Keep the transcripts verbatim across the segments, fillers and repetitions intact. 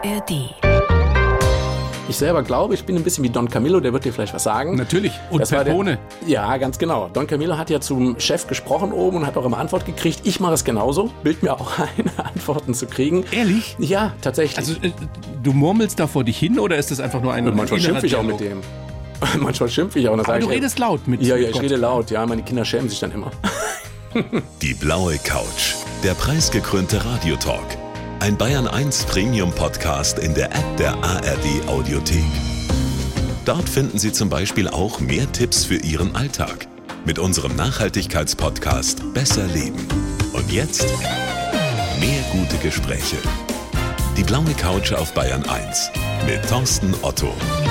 R D. Ich selber glaube, ich bin ein bisschen wie Don Camillo, der wird dir vielleicht was sagen. Natürlich. Und das war Pepone. Der, ja, ganz genau. Don Camillo hat ja zum Chef gesprochen oben und hat auch immer Antwort gekriegt. Ich mache das genauso. Bild mir auch ein, Antworten zu kriegen. Ehrlich? Ja, tatsächlich. Also äh, du murmelst da vor dich hin oder ist das einfach nur ein... Und manchmal schimpfe ich auch mit dem. Manchmal schimpfe ich auch. Und Aber du ich, redest laut mit Ja, ja, ich Gott. rede laut. Ja, meine Kinder schämen sich dann immer. Die blaue Couch, der preisgekrönte Radiotalk. Ein Bayern eins Premium-Podcast in der App der A R D-Audiothek. Dort finden Sie zum Beispiel auch mehr Tipps für Ihren Alltag mit unserem Nachhaltigkeitspodcast Besser Leben. Und jetzt mehr gute Gespräche. Die blaue Couch auf Bayern eins mit Thorsten Otto.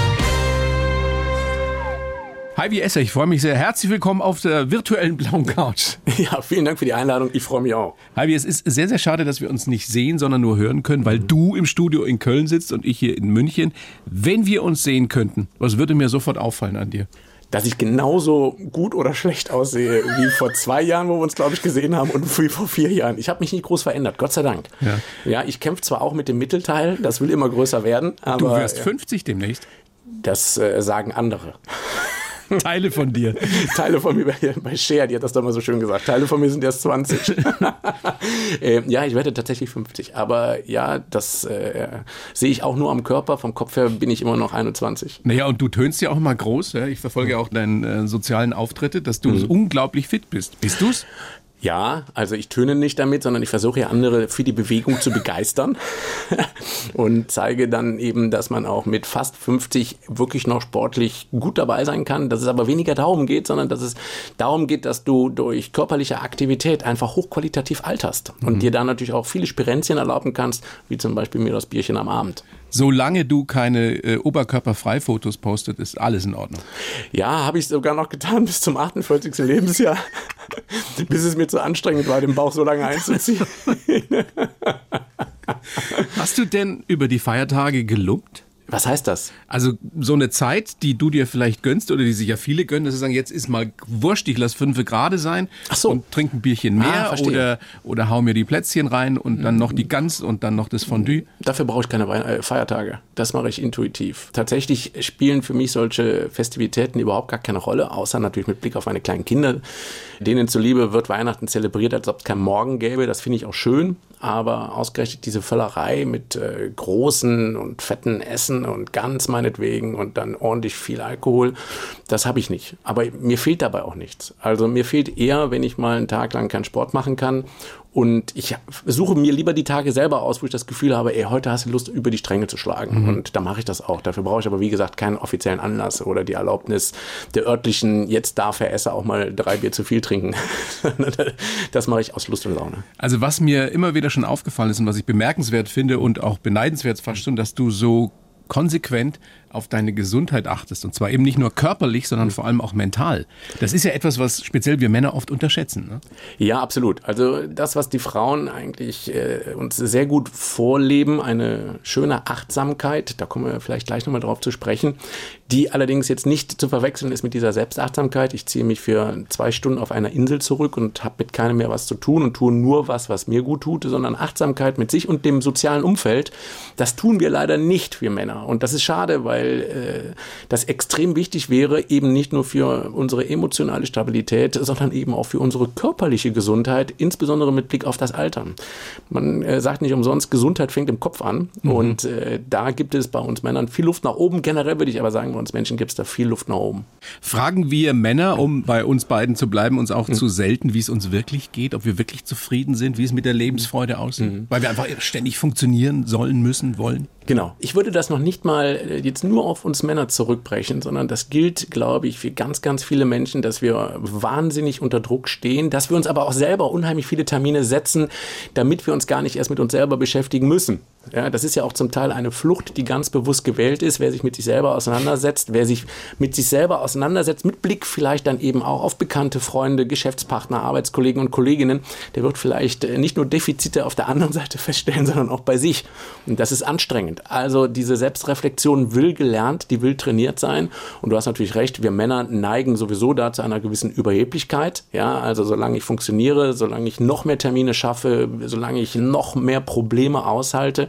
Hi, wie Esser, ich freue mich sehr. Herzlich willkommen auf der virtuellen blauen Couch. Ja, vielen Dank für die Einladung. Ich freue mich auch. Hi, es ist sehr, sehr schade, dass wir uns nicht sehen, sondern nur hören können, weil du im Studio in Köln sitzt und ich hier in München. Wenn wir uns sehen könnten, was würde mir sofort auffallen an dir? Dass ich genauso gut oder schlecht aussehe wie vor zwei Jahren, wo wir uns, glaube ich, gesehen haben und wie vor vier Jahren. Ich habe mich nicht groß verändert, Gott sei Dank. Ja, ja, ich kämpfe zwar auch mit dem Mittelteil, das will immer größer werden. Aber du wirst fünfzig demnächst. Das äh, sagen andere. Teile von dir. Teile von mir bei, bei Cher, die hat das doch mal so schön gesagt. Teile von mir sind erst zwanzig. äh, ja, ich werde tatsächlich fünfzig. Aber ja, das äh, sehe ich auch nur am Körper. Vom Kopf her bin ich immer noch einundzwanzig. Naja, und du tönst ja auch immer groß. Ja? Ich verfolge auch deine äh, sozialen Auftritte, dass du mhm. unglaublich fit bist. Bist du's? Ja, also ich töne nicht damit, sondern ich versuche ja andere für die Bewegung zu begeistern und zeige dann eben, dass man auch mit fast fünfzig wirklich noch sportlich gut dabei sein kann, dass es aber weniger darum geht, sondern dass es darum geht, dass du durch körperliche Aktivität einfach hochqualitativ alterst und mhm. dir dann natürlich auch viele Spirenzien erlauben kannst, wie zum Beispiel mir das Bierchen am Abend. Solange du keine äh, Oberkörperfrei-Fotos postet, ist alles in Ordnung. Ja, habe ich sogar noch getan bis zum achtundvierzigsten Lebensjahr, bis es mir zu anstrengend war, den Bauch so lange einzuziehen. Hast du denn über die Feiertage gelobt? Was heißt das? Also so eine Zeit, die du dir vielleicht gönnst oder die sich ja viele gönnen, dass sie sagen, jetzt ist mal wurscht, ich lass fünfe gerade sein Ach so. und trink ein Bierchen mehr ah, oder, oder hau mir die Plätzchen rein und dann noch die Gans und dann noch das Fondue. Dafür brauche ich keine Feiertage. Das mache ich intuitiv. Tatsächlich spielen für mich solche Festivitäten überhaupt gar keine Rolle, außer natürlich mit Blick auf meine kleinen Kinder. Denen zuliebe wird Weihnachten zelebriert, als ob es keinen Morgen gäbe. Das finde ich auch schön. Aber ausgerechnet diese Völlerei mit äh, großen und fetten Essen und Gans meinetwegen und dann ordentlich viel Alkohol, das habe ich nicht. Aber mir fehlt dabei auch nichts. Also mir fehlt eher, wenn ich mal einen Tag lang keinen Sport machen kann. Und ich suche mir lieber die Tage selber aus, wo ich das Gefühl habe, ey, heute hast du Lust, über die Stränge zu schlagen. Mhm. Und da mache ich das auch. Dafür brauche ich aber, wie gesagt, keinen offiziellen Anlass oder die Erlaubnis der örtlichen, jetzt darf der Esser auch mal drei Bier zu viel trinken. Das mache ich aus Lust und Laune. Also was mir immer wieder schon aufgefallen ist und was ich bemerkenswert finde und auch beneidenswert fast schon, dass du so konsequent auf deine Gesundheit achtest. Und zwar eben nicht nur körperlich, sondern vor allem auch mental. Das ist ja etwas, was speziell wir Männer oft unterschätzen. Ne? Ja, absolut. Also das, was die Frauen eigentlich äh, uns sehr gut vorleben, eine schöne Achtsamkeit, da kommen wir vielleicht gleich nochmal drauf zu sprechen, die allerdings jetzt nicht zu verwechseln ist mit dieser Selbstachtsamkeit. Ich ziehe mich für zwei Stunden auf einer Insel zurück und habe mit keinem mehr was zu tun und tue nur was, was mir gut tut, sondern Achtsamkeit mit sich und dem sozialen Umfeld. Das tun wir leider nicht, wir Männer. Und das ist schade, weil weil äh, das extrem wichtig wäre, eben nicht nur für unsere emotionale Stabilität, sondern eben auch für unsere körperliche Gesundheit, insbesondere mit Blick auf das Altern. Man äh, sagt nicht umsonst, Gesundheit fängt im Kopf an mhm. und äh, da gibt es bei uns Männern viel Luft nach oben. Generell würde ich aber sagen, bei uns Menschen gibt es da viel Luft nach oben. Fragen wir Männer, um bei uns beiden zu bleiben, uns auch mhm. zu selten, wie es uns wirklich geht, ob wir wirklich zufrieden sind, wie es mit der Lebensfreude aussieht, mhm. weil wir einfach ständig funktionieren sollen, müssen, wollen. Genau. Ich würde das noch nicht mal jetzt nur auf uns Männer zurückbrechen, sondern das gilt, glaube ich, für ganz, ganz viele Menschen, dass wir wahnsinnig unter Druck stehen, dass wir uns aber auch selber unheimlich viele Termine setzen, damit wir uns gar nicht erst mit uns selber beschäftigen müssen. Ja, das ist ja auch zum Teil eine Flucht, die ganz bewusst gewählt ist. Wer sich mit sich selber auseinandersetzt, wer sich mit sich selber auseinandersetzt, mit Blick vielleicht dann eben auch auf bekannte Freunde, Geschäftspartner, Arbeitskollegen und Kolleginnen, der wird vielleicht nicht nur Defizite auf der anderen Seite feststellen, sondern auch bei sich. Und das ist anstrengend. Also diese Selbstreflexion will gelernt, die will trainiert sein. Und du hast natürlich recht, wir Männer neigen sowieso da zu einer gewissen Überheblichkeit. Ja, also solange ich funktioniere, solange ich noch mehr Termine schaffe, solange ich noch mehr Probleme aushalte,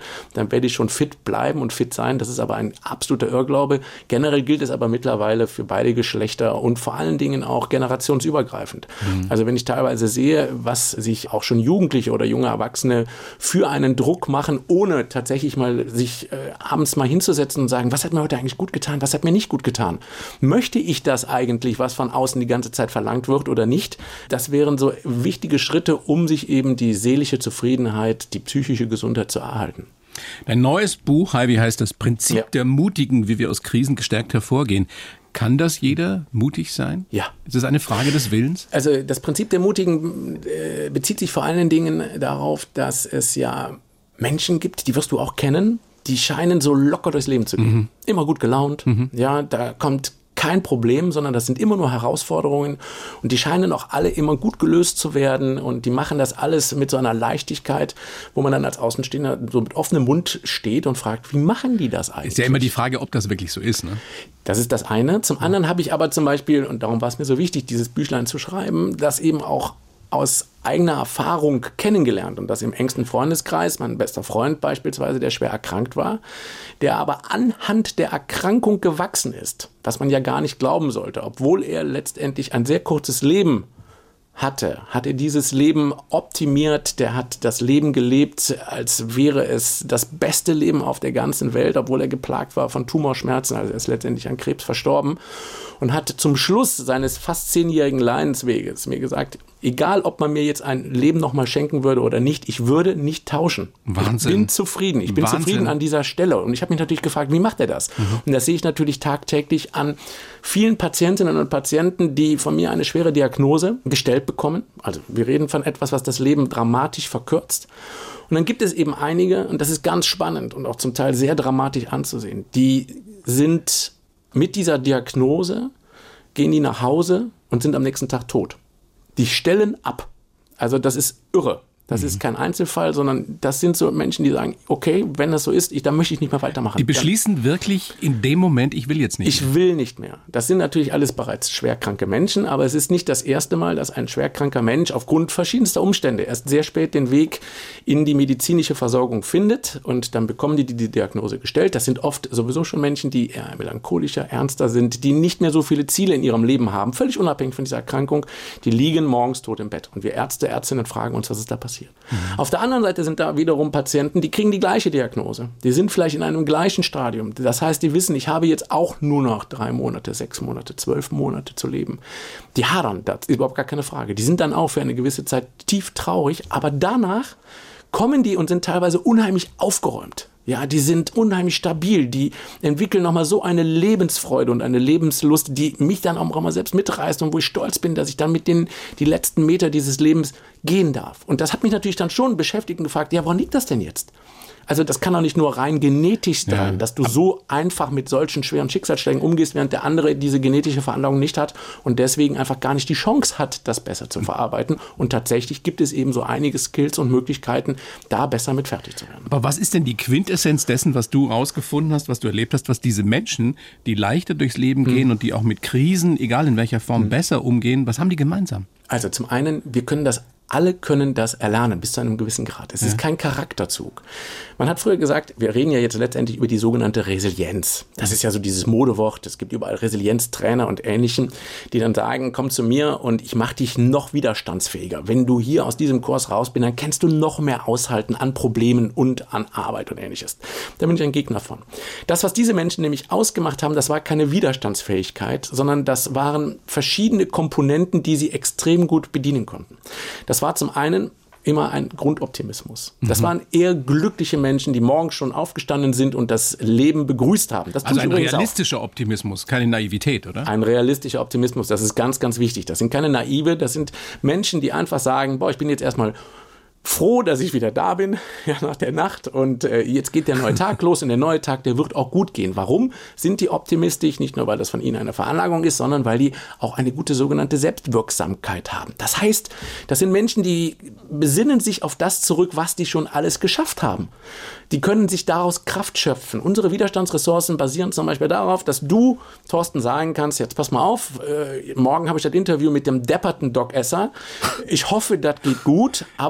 dann werde ich schon fit bleiben und fit sein. Das ist aber ein absoluter Irrglaube. Generell gilt es aber mittlerweile für beide Geschlechter und vor allen Dingen auch generationsübergreifend. Mhm. Also wenn ich teilweise sehe, was sich auch schon Jugendliche oder junge Erwachsene für einen Druck machen, ohne tatsächlich mal sich äh, abends mal hinzusetzen und sagen, was hat mir heute eigentlich gut getan, was hat mir nicht gut getan? Möchte ich das eigentlich, was von außen die ganze Zeit verlangt wird oder nicht? Das wären so wichtige Schritte, um sich eben die seelische Zufriedenheit, die psychische Gesundheit zu erhalten. Dein neues Buch, Heidi, heißt das Prinzip ja. der Mutigen, wie wir aus Krisen gestärkt hervorgehen. Kann das jeder mutig sein? Ja. Ist das eine Frage des Willens? Also das Prinzip der Mutigen äh, bezieht sich vor allen Dingen darauf, dass es ja Menschen gibt, die wirst du auch kennen, die scheinen so locker durchs Leben zu gehen. Mhm. Immer gut gelaunt. Mhm. Ja, da kommt kein Problem, sondern das sind immer nur Herausforderungen und die scheinen auch alle immer gut gelöst zu werden und die machen das alles mit so einer Leichtigkeit, wo man dann als Außenstehender so mit offenem Mund steht und fragt, wie machen die das eigentlich? Ist ja immer die Frage, ob das wirklich so ist, ne? Das ist das eine. Zum anderen habe ich aber zum Beispiel, und darum war es mir so wichtig, dieses Büchlein zu schreiben, das eben auch aus eigener Erfahrung kennengelernt und das im engsten Freundeskreis, mein bester Freund beispielsweise, der schwer erkrankt war, der aber anhand der Erkrankung gewachsen ist, was man ja gar nicht glauben sollte, obwohl er letztendlich ein sehr kurzes Leben hatte, hat er dieses Leben optimiert, der hat das Leben gelebt, als wäre es das beste Leben auf der ganzen Welt, obwohl er geplagt war von Tumorschmerzen, also er ist letztendlich an Krebs verstorben und hat zum Schluss seines fast zehnjährigen Leidensweges mir gesagt, egal ob man mir jetzt ein Leben nochmal schenken würde oder nicht, ich würde nicht tauschen. Wahnsinn. Ich bin zufrieden, ich bin Wahnsinn. zufrieden an dieser Stelle und ich habe mich natürlich gefragt, wie macht er das? Mhm. Und das sehe ich natürlich tagtäglich an vielen Patientinnen und Patienten, die von mir eine schwere Diagnose gestellt bekommen. Also wir reden von etwas, was das Leben dramatisch verkürzt. Und dann gibt es eben einige, und das ist ganz spannend und auch zum Teil sehr dramatisch anzusehen, die sind mit dieser Diagnose, gehen die nach Hause und sind am nächsten Tag tot. Die stellen ab. Also das ist irre. Das mhm. ist kein Einzelfall, sondern das sind so Menschen, die sagen, okay, wenn das so ist, ich, dann möchte ich nicht mehr weitermachen. Die beschließen dann, wirklich in dem Moment, ich will jetzt nicht ich mehr. Ich will nicht mehr. Das sind natürlich alles bereits schwerkranke Menschen, aber es ist nicht das erste Mal, dass ein schwerkranker Mensch aufgrund verschiedenster Umstände erst sehr spät den Weg in die medizinische Versorgung findet und dann bekommen die die, die Diagnose gestellt. Das sind oft sowieso schon Menschen, die eher melancholischer, ernster sind, die nicht mehr so viele Ziele in ihrem Leben haben, völlig unabhängig von dieser Erkrankung. Die liegen morgens tot im Bett und wir Ärzte, Ärztinnen fragen uns, was ist da passiert. Mhm. Auf der anderen Seite sind da wiederum Patienten, die kriegen die gleiche Diagnose. Die sind vielleicht in einem gleichen Stadium. Das heißt, die wissen, ich habe jetzt auch nur noch drei Monate, sechs Monate, zwölf Monate zu leben. Die hadern, das ist überhaupt gar keine Frage. Die sind dann auch für eine gewisse Zeit tief traurig, aber danach kommen die und sind teilweise unheimlich aufgeräumt. Ja, die sind unheimlich stabil, die entwickeln nochmal so eine Lebensfreude und eine Lebenslust, die mich dann auch mal selbst mitreißt und wo ich stolz bin, dass ich dann mit denen die letzten Meter dieses Lebens gehen darf. Und das hat mich natürlich dann schon beschäftigt und gefragt, ja, woran liegt das denn jetzt? Also das kann doch nicht nur rein genetisch sein, ja, dass du so einfach mit solchen schweren Schicksalsschlägen umgehst, während der andere diese genetische Veranlagung nicht hat und deswegen einfach gar nicht die Chance hat, das besser zu verarbeiten. Und tatsächlich gibt es eben so einige Skills und Möglichkeiten, da besser mit fertig zu werden. Aber was ist denn die Quintessenz dessen, was du rausgefunden hast, was du erlebt hast, was diese Menschen, die leichter durchs Leben gehen hm. und die auch mit Krisen, egal in welcher Form, hm. besser umgehen, was haben die gemeinsam? Also zum einen, wir können das Alle können das erlernen, bis zu einem gewissen Grad. Es ja. ist kein Charakterzug. Man hat früher gesagt, wir reden ja jetzt letztendlich über die sogenannte Resilienz. Das ist ja so dieses Modewort. Es gibt überall Resilienztrainer und Ähnlichen, die dann sagen, komm zu mir und ich mache dich noch widerstandsfähiger. Wenn du hier aus diesem Kurs raus bist, dann kannst du noch mehr aushalten an Problemen und an Arbeit und Ähnliches. Da bin ich ein Gegner von. Das, was diese Menschen nämlich ausgemacht haben, das war keine Widerstandsfähigkeit, sondern das waren verschiedene Komponenten, die sie extrem gut bedienen konnten. Das war zum einen immer ein Grundoptimismus. Das mhm. waren eher glückliche Menschen, die morgens schon aufgestanden sind und das Leben begrüßt haben. Das also ein realistischer auch. Optimismus, keine Naivität, oder? Ein realistischer Optimismus, das ist ganz, ganz wichtig. Das sind keine Naive, das sind Menschen, die einfach sagen, boah, ich bin jetzt erstmal froh, dass ich wieder da bin, ja, nach der Nacht und äh, jetzt geht der neue Tag los und der neue Tag, der wird auch gut gehen. Warum sind die optimistisch? Nicht nur, weil das von ihnen eine Veranlagung ist, sondern weil die auch eine gute sogenannte Selbstwirksamkeit haben. Das heißt, das sind Menschen, die besinnen sich auf das zurück, was die schon alles geschafft haben. Die können sich daraus Kraft schöpfen. Unsere Widerstandsressourcen basieren zum Beispiel darauf, dass du, Thorsten, sagen kannst, jetzt pass mal auf, äh, morgen habe ich das Interview mit dem depperten Doc Esser. Ich hoffe, das geht gut, aber wenn aber ich mir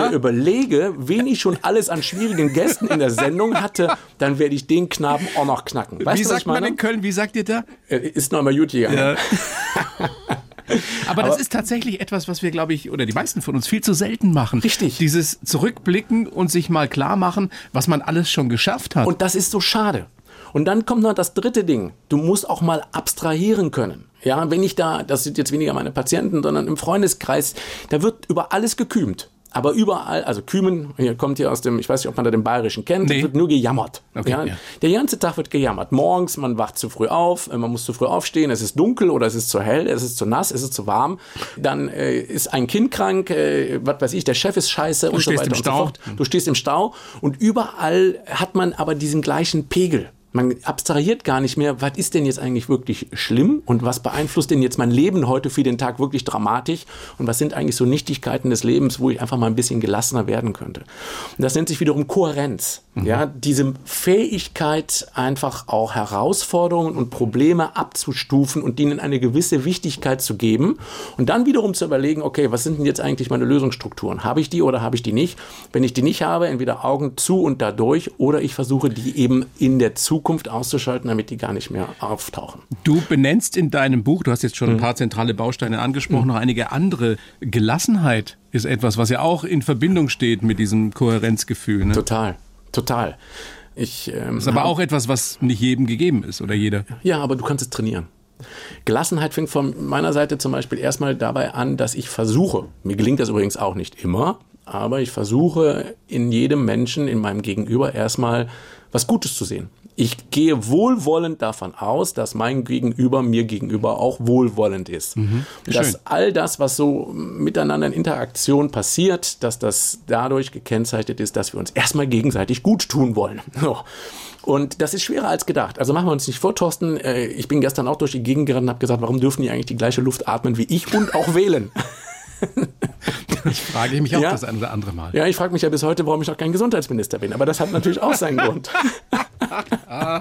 mir überlege, wen ich schon alles an schwierigen Gästen in der Sendung hatte, dann werde ich den Knaben auch noch knacken. Weißt wie du, sagt man in Köln, wie sagt ihr da? Ist noch mal gut gegangen. Ja. Aber das ist tatsächlich etwas, was wir, glaube ich, oder die meisten von uns viel zu selten machen. Richtig. Dieses Zurückblicken und sich mal klar machen, was man alles schon geschafft hat. Und das ist so schade. Und dann kommt noch das dritte Ding. Du musst auch mal abstrahieren können. Ja, wenn ich da, das sind jetzt weniger meine Patienten, sondern im Freundeskreis, da wird über alles gekümt. Aber überall, also Kümen, hier kommt hier aus dem, ich weiß nicht, ob man da den Bayerischen kennt, nee. wird nur gejammert. Okay, ja? Ja. Der ganze Tag wird gejammert. Morgens, man wacht zu früh auf, man muss zu früh aufstehen, es ist dunkel oder es ist zu hell, es ist zu nass, es ist zu warm. Dann äh, ist ein Kind krank, äh, was weiß ich, der Chef ist scheiße du und so weiter im und Stau. so fort. Du stehst im Stau und überall hat man aber diesen gleichen Pegel. Man abstrahiert gar nicht mehr, was ist denn jetzt eigentlich wirklich schlimm und was beeinflusst denn jetzt mein Leben heute für den Tag wirklich dramatisch und was sind eigentlich so Nichtigkeiten des Lebens, wo ich einfach mal ein bisschen gelassener werden könnte. Und das nennt sich wiederum Kohärenz. Mhm. Ja, diese Fähigkeit, einfach auch Herausforderungen und Probleme abzustufen und ihnen eine gewisse Wichtigkeit zu geben und dann wiederum zu überlegen, okay, was sind denn jetzt eigentlich meine Lösungsstrukturen? Habe ich die oder habe ich die nicht? Wenn ich die nicht habe, entweder Augen zu und dadurch oder ich versuche die eben in der Zukunft auszuschalten, damit die gar nicht mehr auftauchen. Du benennst in deinem Buch, du hast jetzt schon ein paar zentrale Bausteine angesprochen, mhm. noch einige andere. Gelassenheit ist etwas, was ja auch in Verbindung steht mit diesem Kohärenzgefühl. Ne? Total, total. Ich, ähm, das ist aber auch etwas, was nicht jedem gegeben ist oder jeder. Ja, aber du kannst es trainieren. Gelassenheit fängt von meiner Seite zum Beispiel erstmal dabei an, dass ich versuche, mir gelingt das übrigens auch nicht immer, aber ich versuche in jedem Menschen, in meinem Gegenüber erstmal was Gutes zu sehen. Ich gehe wohlwollend davon aus, dass mein Gegenüber mir gegenüber auch wohlwollend ist. Mhm, dass schön. All das, was so miteinander in Interaktion passiert, dass das dadurch gekennzeichnet ist, dass wir uns erstmal gegenseitig gut tun wollen. So. Und das ist schwerer als gedacht. Also machen wir uns nicht vor, Thorsten. Ich bin gestern auch durch die Gegend gerannt und habe gesagt, warum dürfen die eigentlich die gleiche Luft atmen wie ich und auch wählen? Ich frage mich auch ja. das eine oder andere Mal. Ja, ich frage mich ja bis heute, warum ich noch kein Gesundheitsminister bin. Aber das hat natürlich auch seinen Grund. ja,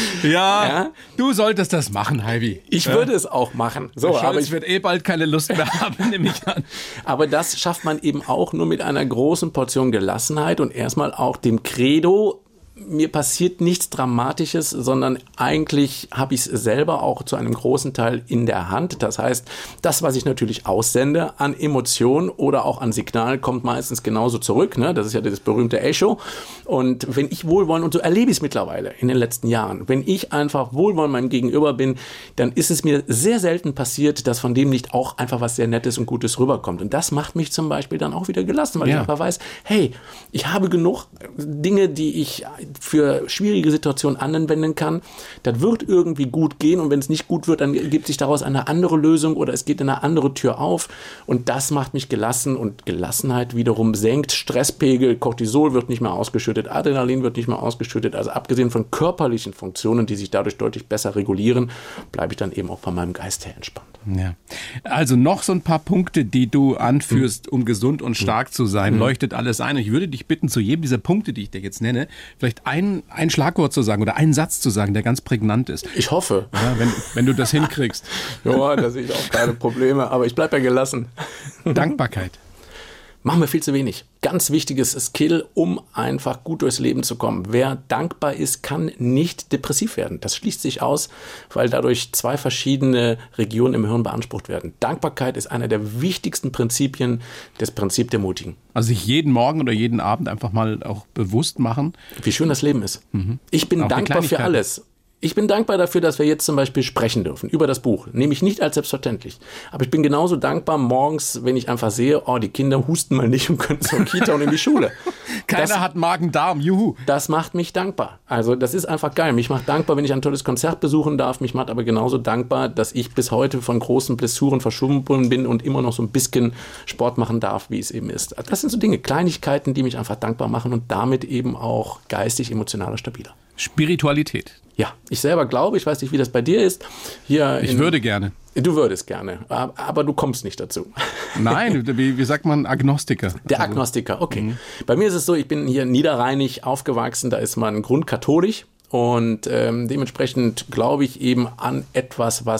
ja, du solltest das machen, Heidi. Ich ja. würde es auch machen. So, aber ich werde eh bald keine Lust mehr haben, nehme ich an. Aber das schafft man eben auch nur mit einer großen Portion Gelassenheit und erstmal auch dem Credo, mir passiert nichts Dramatisches, sondern eigentlich habe ich es selber auch zu einem großen Teil in der Hand. Das heißt, das, was ich natürlich aussende an Emotionen oder auch an Signal, kommt meistens genauso zurück. Ne? Das ist ja das berühmte Echo. Und wenn ich wohlwollend, und so erlebe ich es mittlerweile in den letzten Jahren, wenn ich einfach wohlwollend meinem Gegenüber bin, dann ist es mir sehr selten passiert, dass von dem nicht auch einfach was sehr Nettes und Gutes rüberkommt. Und das macht mich zum Beispiel dann auch wieder gelassen, weil ja. ich einfach weiß, hey, ich habe genug Dinge, die ich für schwierige Situationen anwenden kann. Das wird irgendwie gut gehen und wenn es nicht gut wird, dann ergibt sich daraus eine andere Lösung oder es geht eine andere Tür auf und das macht mich gelassen und Gelassenheit wiederum senkt Stresspegel, Cortisol wird nicht mehr ausgeschüttet, Adrenalin wird nicht mehr ausgeschüttet, also abgesehen von körperlichen Funktionen, die sich dadurch deutlich besser regulieren, bleibe ich dann eben auch von meinem Geist her entspannt. Ja. Also noch so ein paar Punkte, die du anführst, um gesund und stark zu sein, mhm. leuchtet alles ein. Und ich würde dich bitten, zu jedem dieser Punkte, die ich dir jetzt nenne, vielleicht ein, ein Schlagwort zu sagen oder einen Satz zu sagen, der ganz prägnant ist. Ich hoffe. Ja, wenn, wenn du das hinkriegst. Ja, da sehe ich auch keine Probleme, aber ich bleibe ja gelassen. Dankbarkeit. Machen wir viel zu wenig. Ganz wichtiges Skill, um einfach gut durchs Leben zu kommen. Wer dankbar ist, kann nicht depressiv werden. Das schließt sich aus, weil dadurch zwei verschiedene Regionen im Hirn beansprucht werden. Dankbarkeit ist einer der wichtigsten Prinzipien des Prinzips der Mutigen. Also sich jeden Morgen oder jeden Abend einfach mal auch bewusst machen. Wie schön das Leben ist. Mhm. Ich bin auch dankbar für alles. Ich bin dankbar dafür, dass wir jetzt zum Beispiel sprechen dürfen über das Buch. Nehme ich nicht als selbstverständlich. Aber ich bin genauso dankbar morgens, wenn ich einfach sehe, oh, die Kinder husten mal nicht und können zur Kita und in die Schule. Keiner das, hat Magen-Darm, juhu. Das macht mich dankbar. Also das ist einfach geil. Mich macht dankbar, wenn ich ein tolles Konzert besuchen darf. Mich macht aber genauso dankbar, dass ich bis heute von großen Blessuren verschwunden bin und immer noch so ein bisschen Sport machen darf, wie es eben ist. Das sind so Dinge, Kleinigkeiten, die mich einfach dankbar machen und damit eben auch geistig, emotional stabiler. Spiritualität. Ja, ich selber glaube, ich weiß nicht, wie das bei dir ist. Hier ich in, würde gerne. Du würdest gerne, aber du kommst nicht dazu. Nein, wie, wie sagt man, Agnostiker? Der Agnostiker, okay. Mhm. Bei mir ist es so, ich bin hier niederrheinig aufgewachsen, da ist man grundkatholisch und ähm, dementsprechend glaube ich eben an etwas, was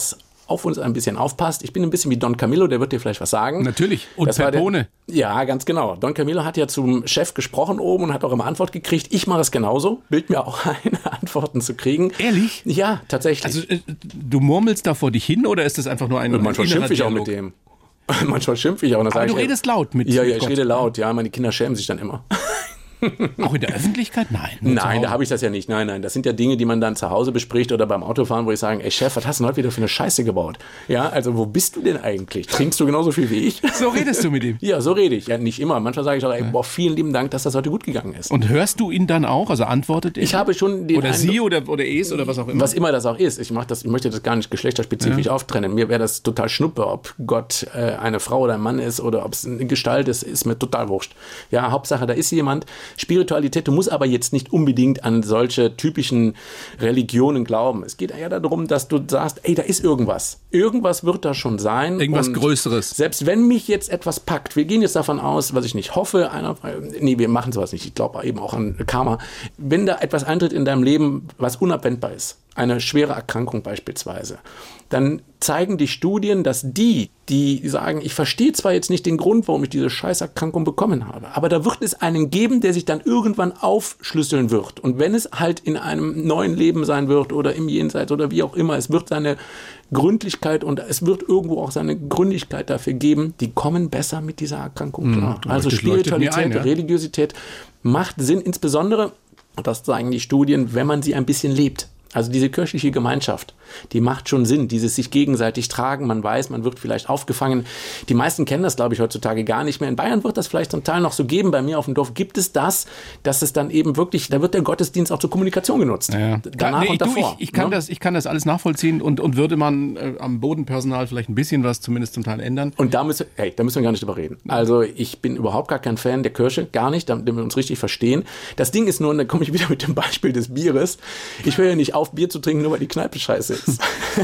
auf uns ein bisschen aufpasst. Ich bin ein bisschen wie Don Camillo, der wird dir vielleicht was sagen. Natürlich. Und das Pepone. Der, ja, ganz genau. Don Camillo hat ja zum Chef gesprochen oben und hat auch immer Antwort gekriegt. Ich mache es genauso. Bild mir auch ein, Antworten zu kriegen. Ehrlich? Ja, tatsächlich. Also äh, du murmelst da vor dich hin oder ist das einfach nur ein und manchmal innerer schimpfe ich auch Dialog? mit dem. Manchmal schimpfe ich auch. Und dann Aber sag du ich, redest laut mit Ja, ja, mit ich Gott. rede laut. Ja, meine Kinder schämen sich dann immer. Auch in der Öffentlichkeit? Nein. nur zu Nein, da Hause. habe ich das ja nicht. Nein, nein, das sind ja Dinge, die man dann zu Hause bespricht oder beim Autofahren, wo ich sage, ey Chef, was hast du denn heute wieder für eine Scheiße gebaut? Ja, also wo bist du denn eigentlich? Trinkst du genauso viel wie ich? So redest du mit ihm. Ja, so rede ich. Ja, nicht immer. Manchmal sage ich auch, ey, boah, vielen lieben Dank, dass das heute gut gegangen ist. Und hörst du ihn dann auch? Also antwortet er? Ich habe schon den Oder Eindruck- sie oder, oder es oder was auch immer. Was immer das auch ist. Ich mache das, ich möchte das gar nicht geschlechterspezifisch Ja. auftrennen. Mir wäre das total schnuppe, ob Gott äh, eine Frau oder ein Mann ist oder ob es eine Gestalt ist, ist mir total wurscht. Ja, Hauptsache, da ist jemand. Spiritualität, du musst aber jetzt nicht unbedingt an solche typischen Religionen glauben. Es geht ja darum, dass du sagst, ey, da ist irgendwas. Irgendwas wird da schon sein. Irgendwas Und Größeres. Selbst wenn mich jetzt etwas packt, wir gehen jetzt davon aus, was ich nicht hoffe, einer, nee, wir machen sowas nicht. Ich glaube eben auch an Karma. Wenn da etwas eintritt in deinem Leben, was unabwendbar ist, eine schwere Erkrankung beispielsweise, dann zeigen die Studien, dass die, die sagen, ich verstehe zwar jetzt nicht den Grund, warum ich diese Scheißerkrankung bekommen habe, aber da wird es einen geben, der sich dann irgendwann aufschlüsseln wird. Und wenn es halt in einem neuen Leben sein wird oder im Jenseits oder wie auch immer, es wird seine Gründlichkeit und es wird irgendwo auch seine Gründigkeit dafür geben, die kommen besser mit dieser Erkrankung klar. Mhm, Also das leuchtet mir Spiritualität, ein, ja. Religiosität macht Sinn, insbesondere, und das zeigen die Studien, wenn man sie ein bisschen lebt. Also diese kirchliche Gemeinschaft, die macht schon Sinn, dieses sich gegenseitig tragen, man weiß, man wird vielleicht aufgefangen. Die meisten kennen das, glaube ich, heutzutage gar nicht mehr. In Bayern wird das vielleicht zum Teil noch so geben. Bei mir auf dem Dorf gibt es das, dass es dann eben wirklich, da wird der Gottesdienst auch zur Kommunikation genutzt. Ja. Danach nee, und du, davor. ich, ich, kann ne? das, ich kann das alles nachvollziehen und, und würde man äh, am Bodenpersonal vielleicht ein bisschen was zumindest zum Teil ändern. Und da müssen, hey, da müssen wir gar nicht drüber reden. Also ich bin überhaupt gar kein Fan der Kirche, gar nicht, damit wir uns richtig verstehen. Das Ding ist nur, und da komme ich wieder mit dem Beispiel des Bieres, ich höre ja nicht auf, Bier zu trinken, nur weil die Kneipe scheiße ist.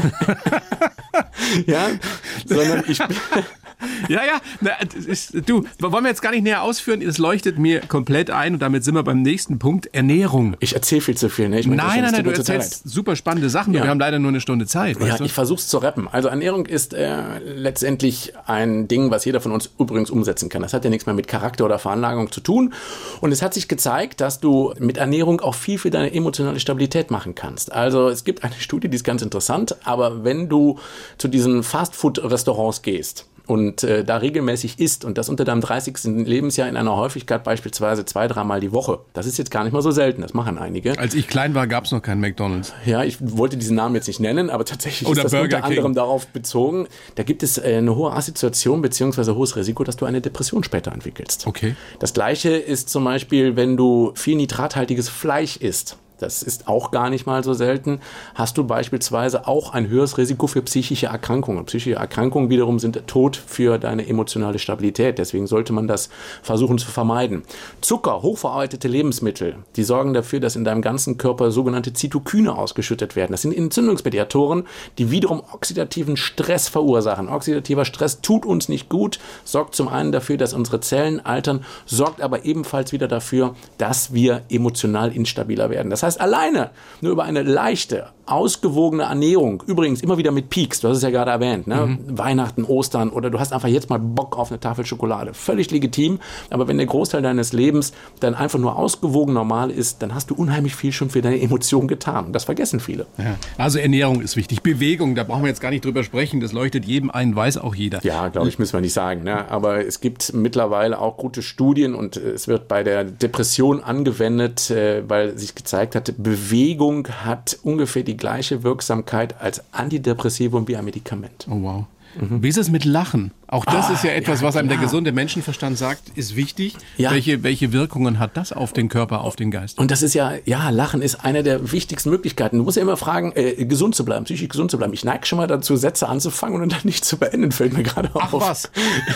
Ja, sondern ich bin... Ja, ja, na, das ist, du, wollen wir jetzt gar nicht näher ausführen, es leuchtet mir komplett ein und damit sind wir beim nächsten Punkt, Ernährung. Ich erzähle viel zu viel, ne? Ich möchte Nein, schon, nein, es nein, tut du mir total erzählst super spannende Sachen, Ja. wir haben leider nur eine Stunde Zeit, weißt Ja, du? ich versuch's zu rappen. Also Ernährung ist äh, letztendlich ein Ding, was jeder von uns übrigens umsetzen kann. Das hat ja nichts mehr mit Charakter oder Veranlagung zu tun. Und es hat sich gezeigt, dass du mit Ernährung auch viel für deine emotionale Stabilität machen kannst. Also es gibt eine Studie, die ist ganz interessant, aber wenn du zu diesen Fastfood-Restaurants gehst, und äh, da regelmäßig isst und das unter deinem dreißigsten Lebensjahr in einer Häufigkeit beispielsweise zwei, dreimal die Woche. Das ist jetzt gar nicht mal so selten, das machen einige. Als ich klein war, gab es noch keinen McDonald's. Ja, ich wollte diesen Namen jetzt nicht nennen, aber tatsächlich Oder ist das Burger unter King. anderem darauf bezogen. Da gibt es äh, eine hohe Assoziation bzw. hohes Risiko, dass du eine Depression später entwickelst. Okay. Das Gleiche ist zum Beispiel, wenn du viel nitrathaltiges Fleisch isst. Das ist auch gar nicht mal so selten. Hast du beispielsweise auch ein höheres Risiko für psychische Erkrankungen. Psychische Erkrankungen wiederum sind Tod für deine emotionale Stabilität. Deswegen sollte man das versuchen zu vermeiden. Zucker, hochverarbeitete Lebensmittel, die sorgen dafür, dass in deinem ganzen Körper sogenannte Zytokine ausgeschüttet werden. Das sind Entzündungsmediatoren, die wiederum oxidativen Stress verursachen. Oxidativer Stress tut uns nicht gut, sorgt zum einen dafür, dass unsere Zellen altern, sorgt aber ebenfalls wieder dafür, dass wir emotional instabiler werden. Das heißt, alleine nur über eine leichte, ausgewogene Ernährung, übrigens immer wieder mit Peaks, du hast es ja gerade erwähnt, ne? Mhm. Weihnachten, Ostern oder du hast einfach jetzt mal Bock auf eine Tafel Schokolade. Völlig legitim, aber wenn der Großteil deines Lebens dann einfach nur ausgewogen normal ist, dann hast du unheimlich viel schon für deine Emotionen getan. Und das vergessen viele. Ja. Also Ernährung ist wichtig. Bewegung, da brauchen wir jetzt gar nicht drüber sprechen, das leuchtet jedem ein, weiß auch jeder. Ja, glaube ich, müssen wir nicht sagen. Ne? Aber es gibt mittlerweile auch gute Studien und es wird bei der Depression angewendet, weil sich gezeigt hat, Bewegung hat ungefähr die gleiche Wirksamkeit als Antidepressivum wie ein Medikament. Oh wow. Mhm. Wie ist es mit Lachen? Auch das Ah, ist ja etwas, ja, was einem der klar. gesunde Menschenverstand sagt, ist wichtig. Ja. Welche, welche Wirkungen hat das auf den Körper, auf den Geist? Und das ist ja, ja, Lachen ist eine der wichtigsten Möglichkeiten. Du musst ja immer fragen, äh, gesund zu bleiben, psychisch gesund zu bleiben. Ich neige schon mal dazu, Sätze anzufangen und dann nicht zu beenden, fällt mir gerade auf. Ach was?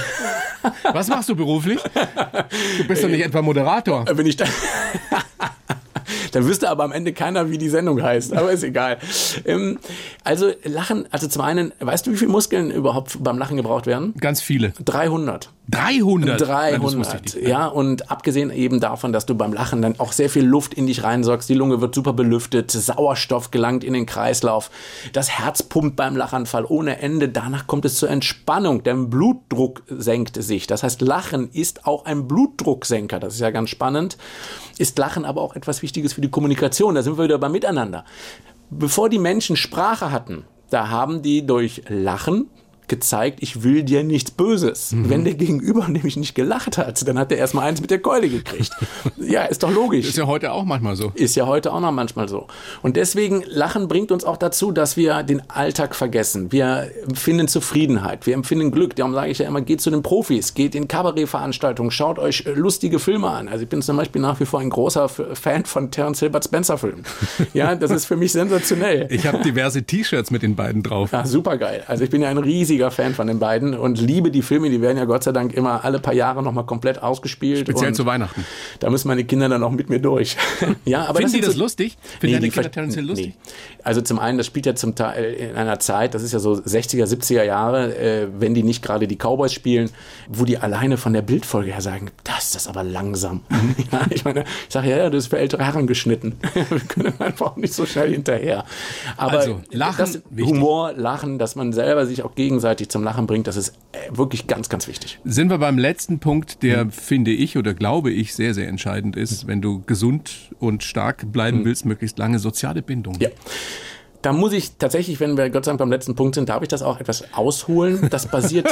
Was machst du beruflich? Du bist doch nicht etwa Moderator. Äh, Wenn ich da Dann wüsste aber am Ende keiner, wie die Sendung heißt, aber ist egal. Ähm, also Lachen, also zum einen, weißt du, wie viele Muskeln überhaupt beim Lachen gebraucht werden? Ganz viele. dreihundert. dreihundert? dreihundert, ja, und abgesehen eben davon, dass du beim Lachen dann auch sehr viel Luft in dich reinsaugst, die Lunge wird super belüftet, Sauerstoff gelangt in den Kreislauf, das Herz pumpt beim Lachanfall ohne Ende, danach kommt es zur Entspannung, der Blutdruck senkt sich. Das heißt, Lachen ist auch ein Blutdrucksenker, das ist ja ganz spannend, ist Lachen aber auch etwas Wichtiges für die Kommunikation, da sind wir wieder beim Miteinander. Bevor die Menschen Sprache hatten, da haben die durch Lachen gezeigt, ich will dir nichts Böses. Mhm. Wenn der Gegenüber nämlich nicht gelacht hat, dann hat er erstmal eins mit der Keule gekriegt. Ja, ist doch logisch. Ist ja heute auch manchmal so. Ist ja heute auch noch manchmal so. Und deswegen, Lachen bringt uns auch dazu, dass wir den Alltag vergessen. Wir empfinden Zufriedenheit, wir empfinden Glück. Darum sage ich ja immer, geht zu den Profis, geht in Kabarettveranstaltungen, schaut euch lustige Filme an. Also ich bin zum Beispiel nach wie vor ein großer Fan von Terence Hilbert Spencer Filmen. Ja, das ist für mich sensationell. Ich habe diverse T-Shirts mit den beiden drauf. Ja, super geil. Also ich bin ja ein riesiger Fan von den beiden und liebe die Filme, die werden ja Gott sei Dank immer alle paar Jahre nochmal komplett ausgespielt. Speziell und zu Weihnachten. Da müssen meine Kinder dann auch mit mir durch. Ja, aber Finden das die das so, lustig? Finden nee, deine die Kinder Terence Hill lustig? Nee. Also zum einen, das spielt ja zum Teil in einer Zeit, das ist ja so sechziger, siebziger Jahre, äh, wenn die nicht gerade die Cowboys spielen, wo die alleine von der Bildfolge her sagen, das ist das aber langsam. Mhm. Ja, ich meine, ich sage, ja, ja, das ist für ältere Herren geschnitten. Wir können einfach nicht so schnell hinterher. Aber also, Lachen, das, Humor, Lachen, dass man selber sich auch gegenseitig zum Lachen bringt, das ist wirklich ganz, ganz wichtig. Sind wir beim letzten Punkt, der, mhm. finde ich oder glaube ich, sehr, sehr entscheidend ist, mhm. wenn du gesund und stark bleiben mhm. willst, möglichst lange soziale Bindung. Ja. Da muss ich tatsächlich, wenn wir Gott sei Dank beim letzten Punkt sind, darf ich das auch etwas ausholen. Das basiert...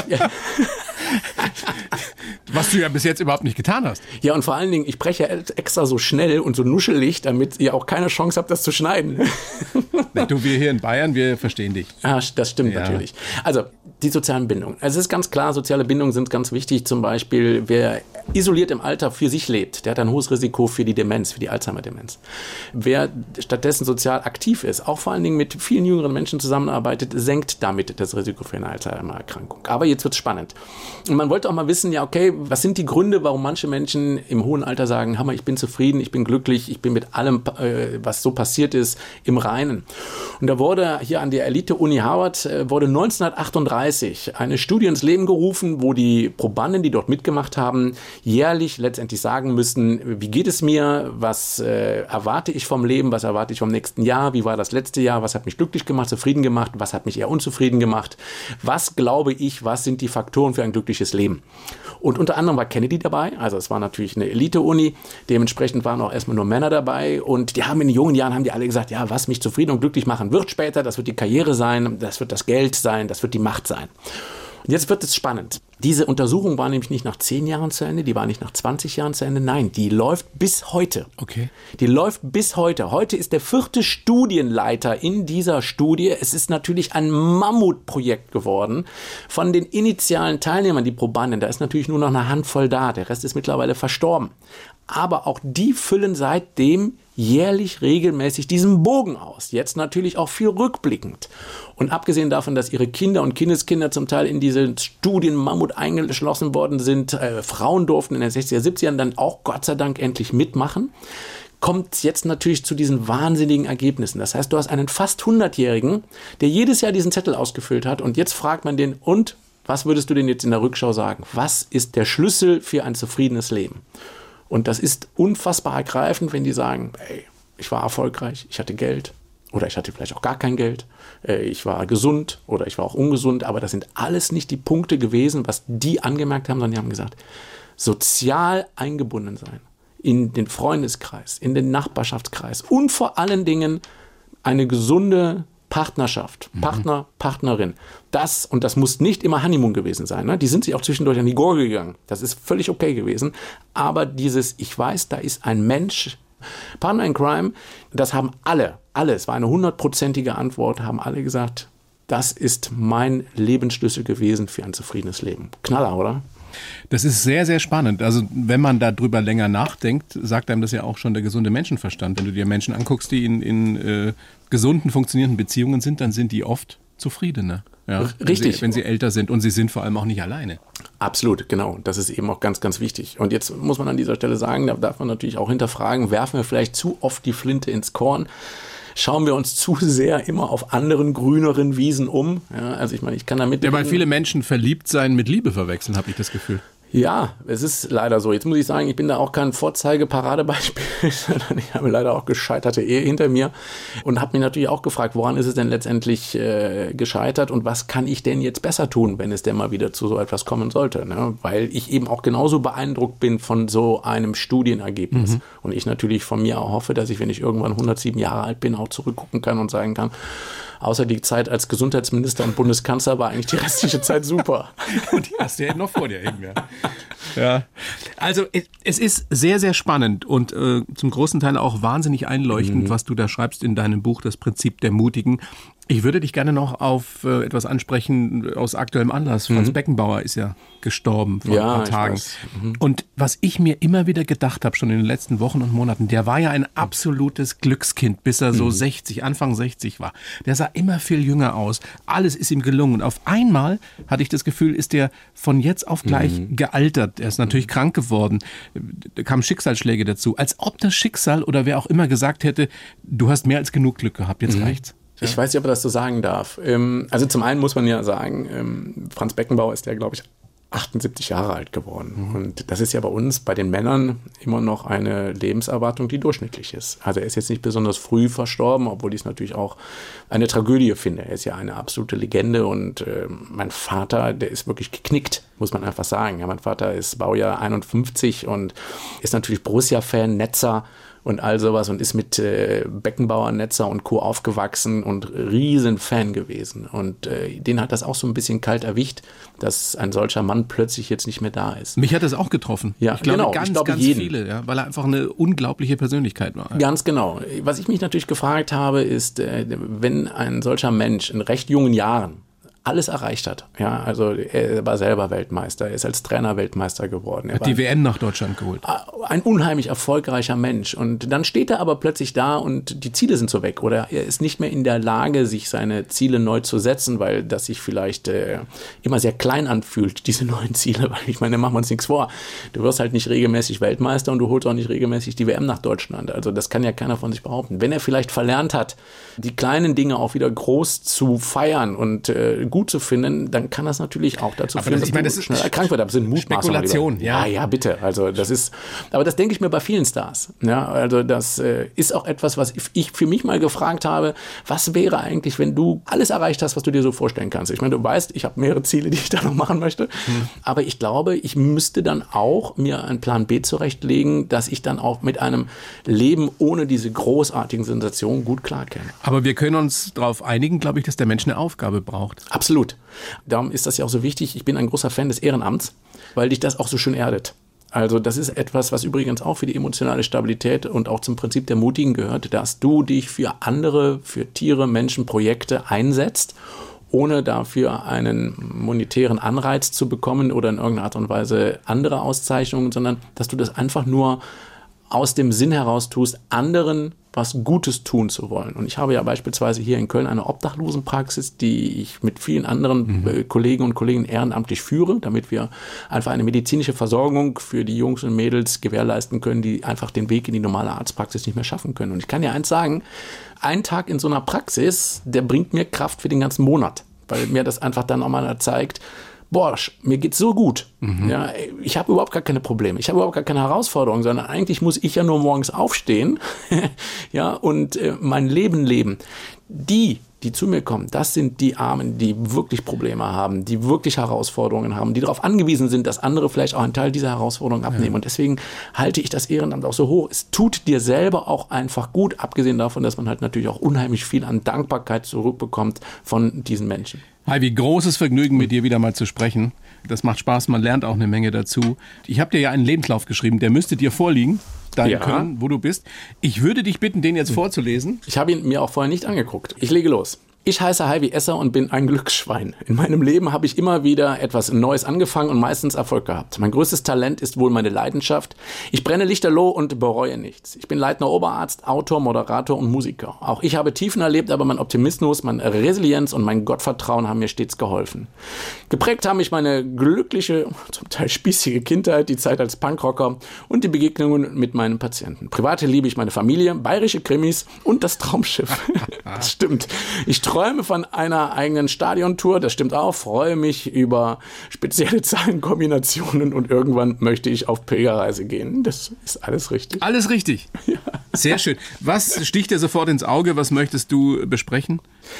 Was du ja bis jetzt überhaupt nicht getan hast. Ja, und vor allen Dingen, ich breche extra so schnell und so nuschelig, damit ihr auch keine Chance habt, das zu schneiden. Du, wir hier in Bayern, wir verstehen dich. Ah, das stimmt ja. natürlich. Also, die sozialen Bindungen. Also es ist ganz klar, soziale Bindungen sind ganz wichtig. Zum Beispiel, wer isoliert im Alter für sich lebt, der hat ein hohes Risiko für die Demenz, für die Alzheimer-Demenz. Wer stattdessen sozial aktiv ist, auch vor allen Dingen mit vielen jüngeren Menschen zusammenarbeitet, senkt damit das Risiko für eine Alzheimer-Erkrankung. Aber jetzt wird's spannend. Und man wollte auch mal wissen, ja okay, was sind die Gründe, warum manche Menschen im hohen Alter sagen, Hammer, ich bin zufrieden, ich bin glücklich, ich bin mit allem, äh, was so passiert ist, im Reinen. Und da wurde hier an der Elite-Uni Harvard, äh, wurde neunzehnhundertachtunddreißig eine Studie ins Leben gerufen, wo die Probanden, die dort mitgemacht haben, jährlich letztendlich sagen müssen, wie geht es mir, was äh, erwarte ich vom Leben, was erwarte ich vom nächsten Jahr, wie war das letzte Jahr, was hat mich glücklich gemacht, zufrieden gemacht, was hat mich eher unzufrieden gemacht, was glaube ich, was sind die Faktoren für ein glückliches Leben. Und unter anderem war Kennedy dabei, also es war natürlich eine Elite-Uni, dementsprechend waren auch erstmal nur Männer dabei und die haben in jungen Jahren, haben die alle gesagt, ja, was mich zufrieden und glücklich machen wird später, das wird die Karriere sein, das wird das Geld sein, das wird die Macht sein. Und jetzt wird es spannend. Diese Untersuchung war nämlich nicht nach zehn Jahren zu Ende, die war nicht nach zwanzig Jahren zu Ende, nein, die läuft bis heute. Okay. Die läuft bis heute. Heute ist der vierte Studienleiter in dieser Studie. Es ist natürlich ein Mammutprojekt geworden. Von den initialen Teilnehmern, die Probanden, da ist natürlich nur noch eine Handvoll da, der Rest ist mittlerweile verstorben. Aber auch die füllen seitdem jährlich regelmäßig diesen Bogen aus. Jetzt natürlich auch viel rückblickend. Und abgesehen davon, dass ihre Kinder und Kindeskinder zum Teil in diese Studien Mammut eingeschlossen worden sind, äh, Frauen durften in den sechziger, siebzigern dann auch Gott sei Dank endlich mitmachen, kommt jetzt natürlich zu diesen wahnsinnigen Ergebnissen. Das heißt, du hast einen fast hundertjährigen, der jedes Jahr diesen Zettel ausgefüllt hat und jetzt fragt man den, und was würdest du denn jetzt in der Rückschau sagen? Was ist der Schlüssel für ein zufriedenes Leben? Und das ist unfassbar ergreifend, wenn die sagen, ey, ich war erfolgreich, ich hatte Geld oder ich hatte vielleicht auch gar kein Geld, ich war gesund oder ich war auch ungesund, aber das sind alles nicht die Punkte gewesen, was die angemerkt haben, sondern die haben gesagt, sozial eingebunden sein, in den Freundeskreis, in den Nachbarschaftskreis und vor allen Dingen eine gesunde Partnerschaft, mhm. Partner, Partnerin. Das, und das muss nicht immer Honeymoon gewesen sein, ne? Die sind sich auch zwischendurch an die Gurgel gegangen. Das ist völlig okay gewesen. Aber dieses, ich weiß, da ist ein Mensch, Partner in Crime, das haben alle, alle, es war eine hundertprozentige Antwort, haben alle gesagt, das ist mein Lebensschlüssel gewesen für ein zufriedenes Leben. Knaller, oder? Das ist sehr, sehr spannend. Also wenn man darüber länger nachdenkt, sagt einem das ja auch schon der gesunde Menschenverstand. Wenn du dir Menschen anguckst, die in, in äh, gesunden, funktionierenden Beziehungen sind, dann sind die oft zufriedener. Ja, Richtig. Wenn sie, wenn sie älter sind und sie sind vor allem auch nicht alleine. Absolut, genau. Das ist eben auch ganz, ganz wichtig. Und jetzt muss man an dieser Stelle sagen, da darf man natürlich auch hinterfragen, werfen wir vielleicht zu oft die Flinte ins Korn? Schauen wir uns zu sehr immer auf anderen grüneren Wiesen um? Ja, also ich meine, ich kann damit... Ja, weil viele Menschen verliebt sein mit Liebe verwechseln, habe ich das Gefühl. Ja, es ist leider so. Jetzt muss ich sagen, ich bin da auch kein Vorzeige-Paradebeispiel, sondern ich habe leider auch gescheiterte Ehe hinter mir und habe mich natürlich auch gefragt, woran ist es denn letztendlich äh, gescheitert und was kann ich denn jetzt besser tun, wenn es denn mal wieder zu so etwas kommen sollte, ne? Weil ich eben auch genauso beeindruckt bin von so einem Studienergebnis mhm. und ich natürlich von mir auch hoffe, dass ich, wenn ich irgendwann hundertsieben Jahre alt bin, auch zurückgucken kann und sagen kann, außer die Zeit als Gesundheitsminister und Bundeskanzler war eigentlich die restliche Zeit super. Und die hast du ja noch vor dir irgendwer. Ja. Also es ist sehr, sehr spannend und äh, zum großen Teil auch wahnsinnig einleuchtend, mhm. was du da schreibst in deinem Buch, das Prinzip der Mutigen. Ich würde dich gerne noch auf äh, etwas ansprechen aus aktuellem Anlass. Franz mhm. Beckenbauer ist ja gestorben vor ja, ein paar Tagen. Mhm. Und was ich mir immer wieder gedacht habe, schon in den letzten Wochen und Monaten, der war ja ein absolutes Glückskind, bis er so mhm. sechzig, Anfang sechzig war. Der sah immer viel jünger aus. Alles ist ihm gelungen. Und auf einmal hatte ich das Gefühl, ist der von jetzt auf gleich mhm. gealtert. Er ist natürlich mhm. krank geworden. Da kamen Schicksalsschläge dazu. Als ob das Schicksal oder wer auch immer gesagt hätte, du hast mehr als genug Glück gehabt, jetzt mhm. reicht's. Ja. Ich weiß nicht, ob er das so sagen darf. Also zum einen muss man ja sagen, Franz Beckenbauer ist ja, glaube ich, achtundsiebzig Jahre alt geworden. Mhm. Und das ist ja bei uns, bei den Männern, immer noch eine Lebenserwartung, die durchschnittlich ist. Also er ist jetzt nicht besonders früh verstorben, obwohl ich es natürlich auch eine Tragödie finde. Er ist ja eine absolute Legende und äh, mein Vater, der ist wirklich geknickt, muss man einfach sagen. Ja, mein Vater ist Baujahr einundfünfzig und ist natürlich Borussia-Fan, Netzer und all sowas und ist mit äh, Beckenbauer, Netzer und Co. aufgewachsen und riesen Fan gewesen. Und äh, den hat das auch so ein bisschen kalt erwischt, dass ein solcher Mann plötzlich jetzt nicht mehr da ist. Mich hat das auch getroffen. Ja, ich glaube, genau. ganz, ich glaube, ganz jeden. viele, ja, weil er einfach eine unglaubliche Persönlichkeit war. Ja. Ganz genau. Was ich mich natürlich gefragt habe, ist, äh, wenn ein solcher Mensch in recht jungen Jahren alles erreicht hat. Ja, also er war selber Weltmeister, er ist als Trainer Weltmeister geworden. Er hat die W M nach Deutschland geholt. Ein unheimlich erfolgreicher Mensch. Und dann steht er aber plötzlich da und die Ziele sind so weg. Oder er ist nicht mehr in der Lage, sich seine Ziele neu zu setzen, weil das sich vielleicht äh, immer sehr klein anfühlt, diese neuen Ziele. Weil ich meine, machen wir uns nichts vor. Du wirst halt nicht regelmäßig Weltmeister und du holst auch nicht regelmäßig die W M nach Deutschland. Also das kann ja keiner von sich behaupten. Wenn er vielleicht verlernt hat, die kleinen Dinge auch wieder groß zu feiern und äh, gut zu finden, dann kann das natürlich auch dazu führen, dass man schnell erkrankt wird. Aber das sind Mutmaßungen. Spekulation, ja. Ja, ja, bitte. Also das ist, aber das denke ich mir bei vielen Stars. Ja, also das äh, ist auch etwas, was ich für mich mal gefragt habe, was wäre eigentlich, wenn du alles erreicht hast, was du dir so vorstellen kannst? Ich meine, du weißt, ich habe mehrere Ziele, die ich da noch machen möchte, hm. aber ich glaube, ich müsste dann auch mir einen Plan B zurechtlegen, dass ich dann auch mit einem Leben ohne diese großartigen Sensationen gut klarkäme. Aber wir können uns darauf einigen, glaube ich, dass der Mensch eine Aufgabe braucht. Absolut. Darum ist das ja auch so wichtig. Ich bin ein großer Fan des Ehrenamts, weil dich das auch so schön erdet. Also das ist etwas, was übrigens auch für die emotionale Stabilität und auch zum Prinzip der Mutigen gehört, dass du dich für andere, für Tiere, Menschen, Projekte einsetzt, ohne dafür einen monetären Anreiz zu bekommen oder in irgendeiner Art und Weise andere Auszeichnungen, sondern dass du das einfach nur aus dem Sinn heraus tust, anderen was Gutes tun zu wollen. Und ich habe ja beispielsweise hier in Köln eine Obdachlosenpraxis, die ich mit vielen anderen mhm. äh, Kollegen und Kollegen ehrenamtlich führe, damit wir einfach eine medizinische Versorgung für die Jungs und Mädels gewährleisten können, die einfach den Weg in die normale Arztpraxis nicht mehr schaffen können. Und ich kann ja eins sagen, ein Tag in so einer Praxis, der bringt mir Kraft für den ganzen Monat, weil mir das einfach dann auch mal zeigt, boah, mir geht's so gut. Mhm. Ja, ich habe überhaupt gar keine Probleme. Ich habe überhaupt gar keine Herausforderungen, sondern eigentlich muss ich ja nur morgens aufstehen ja, und äh, mein Leben leben. Die, die zu mir kommen, das sind die Armen, die wirklich Probleme haben, die wirklich Herausforderungen haben, die darauf angewiesen sind, dass andere vielleicht auch einen Teil dieser Herausforderungen abnehmen. Ja. Und deswegen halte ich das Ehrenamt auch so hoch. Es tut dir selber auch einfach gut, abgesehen davon, dass man halt natürlich auch unheimlich viel an Dankbarkeit zurückbekommt von diesen Menschen. Heidi, großes Vergnügen, mit dir wieder mal zu sprechen. Das macht Spaß, man lernt auch eine Menge dazu. Ich habe dir ja einen Lebenslauf geschrieben, der müsste dir vorliegen, dein ja. Können, wo du bist. Ich würde dich bitten, den jetzt vorzulesen. Ich habe ihn mir auch vorher nicht angeguckt. Ich lege los. Ich heiße Heidi Esser und bin ein Glücksschwein. In meinem Leben habe ich immer wieder etwas Neues angefangen und meistens Erfolg gehabt. Mein größtes Talent ist wohl meine Leidenschaft. Ich brenne lichterloh und bereue nichts. Ich bin leitender Oberarzt, Autor, Moderator und Musiker. Auch ich habe Tiefen erlebt, aber mein Optimismus, meine Resilienz und mein Gottvertrauen haben mir stets geholfen. Geprägt haben mich meine glückliche, zum Teil spießige Kindheit, die Zeit als Punkrocker und die Begegnungen mit meinen Patienten. Private liebe ich meine Familie, bayerische Krimis und das Traumschiff. Das stimmt. Ich träume von einer eigenen Stadiontour, das stimmt auch, freue mich über spezielle Zahlenkombinationen und irgendwann möchte ich auf Pilgerreise gehen. Das ist alles richtig. Alles richtig. Ja. Sehr schön. Was sticht dir sofort ins Auge? Was möchtest du besprechen?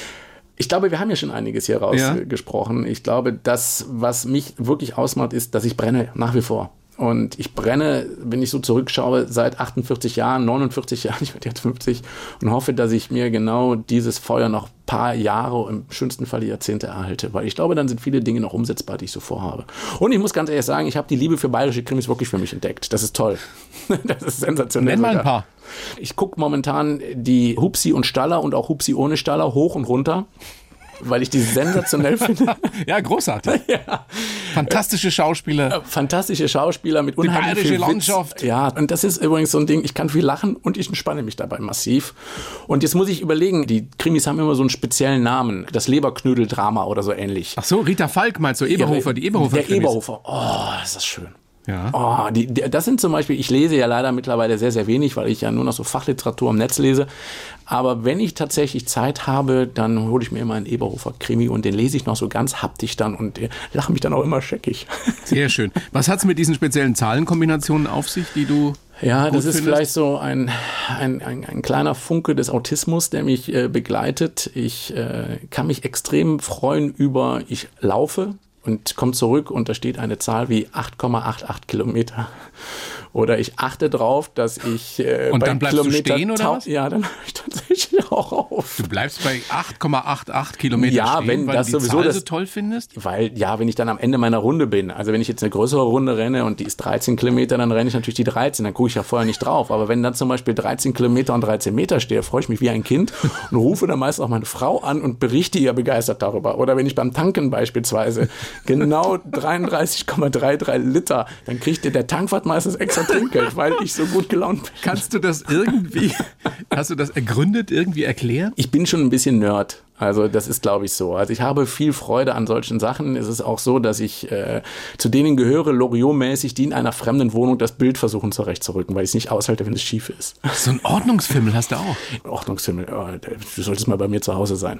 Ich glaube, wir haben ja schon einiges hier rausgesprochen. Ja. Ich glaube, das, was mich wirklich ausmacht, ist, dass ich brenne, nach wie vor. Und ich brenne, wenn ich so zurückschaue, seit achtundvierzig Jahren, neunundvierzig Jahren, ich werde jetzt fünfzig und hoffe, dass ich mir genau dieses Feuer noch ein paar Jahre, im schönsten Fall Jahrzehnte erhalte. Weil ich glaube, dann sind viele Dinge noch umsetzbar, die ich so vorhabe. Und ich muss ganz ehrlich sagen, ich habe die Liebe für bayerische Krimis wirklich für mich entdeckt. Das ist toll. Das ist sensationell. Nenn mal ein paar. Ich gucke momentan die Hupsi und Staller und auch Hupsi ohne Staller hoch und runter, weil ich die sensationell finde. Ja, großartig. Ja. Fantastische Schauspieler. Fantastische Schauspieler mit unheimlich viel Witz. Landschaft. Ja, und das ist übrigens so ein Ding, ich kann viel lachen und ich entspanne mich dabei massiv. Und jetzt muss ich überlegen, die Krimis haben immer so einen speziellen Namen. Das Leberknödel-Drama oder so ähnlich. Ach so, Rita Falk meinst du, Eberhofer, die Eberhofer Der Eberhofer, oh, ist das schön. Ja. Oh, die, die, das sind zum Beispiel, ich lese ja leider mittlerweile sehr, sehr wenig, weil ich ja nur noch so Fachliteratur im Netz lese. Aber wenn ich tatsächlich Zeit habe, dann hole ich mir immer einen Eberhofer-Krimi und den lese ich noch so ganz haptisch dann und äh, lache mich dann auch immer scheckig. Sehr schön. Was hat es mit diesen speziellen Zahlenkombinationen auf sich, die du Ja, gut das ist findest? vielleicht so ein, ein, ein, ein kleiner Funke des Autismus, der mich äh, begleitet. Ich äh, kann mich extrem freuen über, ich laufe und komme zurück und da steht eine Zahl wie acht Komma achtundachtzig Kilometer. Oder ich achte drauf, dass ich äh, Und bei dann bleibst Kilometer du stehen, oder was? Ja, dann höre ich tatsächlich auch auf. Du bleibst bei acht Komma achtundachtzig Kilometer Ja, stehen, wenn weil das du die sowieso Zahl das- so toll findest? Weil, ja, wenn ich dann am Ende meiner Runde bin, also wenn ich jetzt eine größere Runde renne und die ist dreizehn Kilometer, dann renne ich natürlich die dreizehn, dann gucke ich ja vorher nicht drauf. Aber wenn dann zum Beispiel dreizehn Kilometer und dreizehn Meter stehe, freue ich mich wie ein Kind und rufe dann meist auch meine Frau an und berichte ihr begeistert darüber. Oder wenn ich beim Tanken beispielsweise genau dreiunddreißig Komma dreiunddreißig Liter, dann kriegt der, der Tankwart meistens extra Trinkgeld, weil ich so gut gelaunt bin. Kannst du das irgendwie, hast du das ergründet, irgendwie erklärt? Ich bin schon ein bisschen Nerd. Also das ist, glaube ich, so. Also ich habe viel Freude an solchen Sachen. Es ist auch so, dass ich äh, zu denen gehöre, Loriot-mäßig, die in einer fremden Wohnung das Bild versuchen zurechtzurücken, weil ich es nicht aushalte, wenn es schief ist. So ein Ordnungsfimmel hast du auch. Ordnungsfimmel, oh, du solltest mal bei mir zu Hause sein.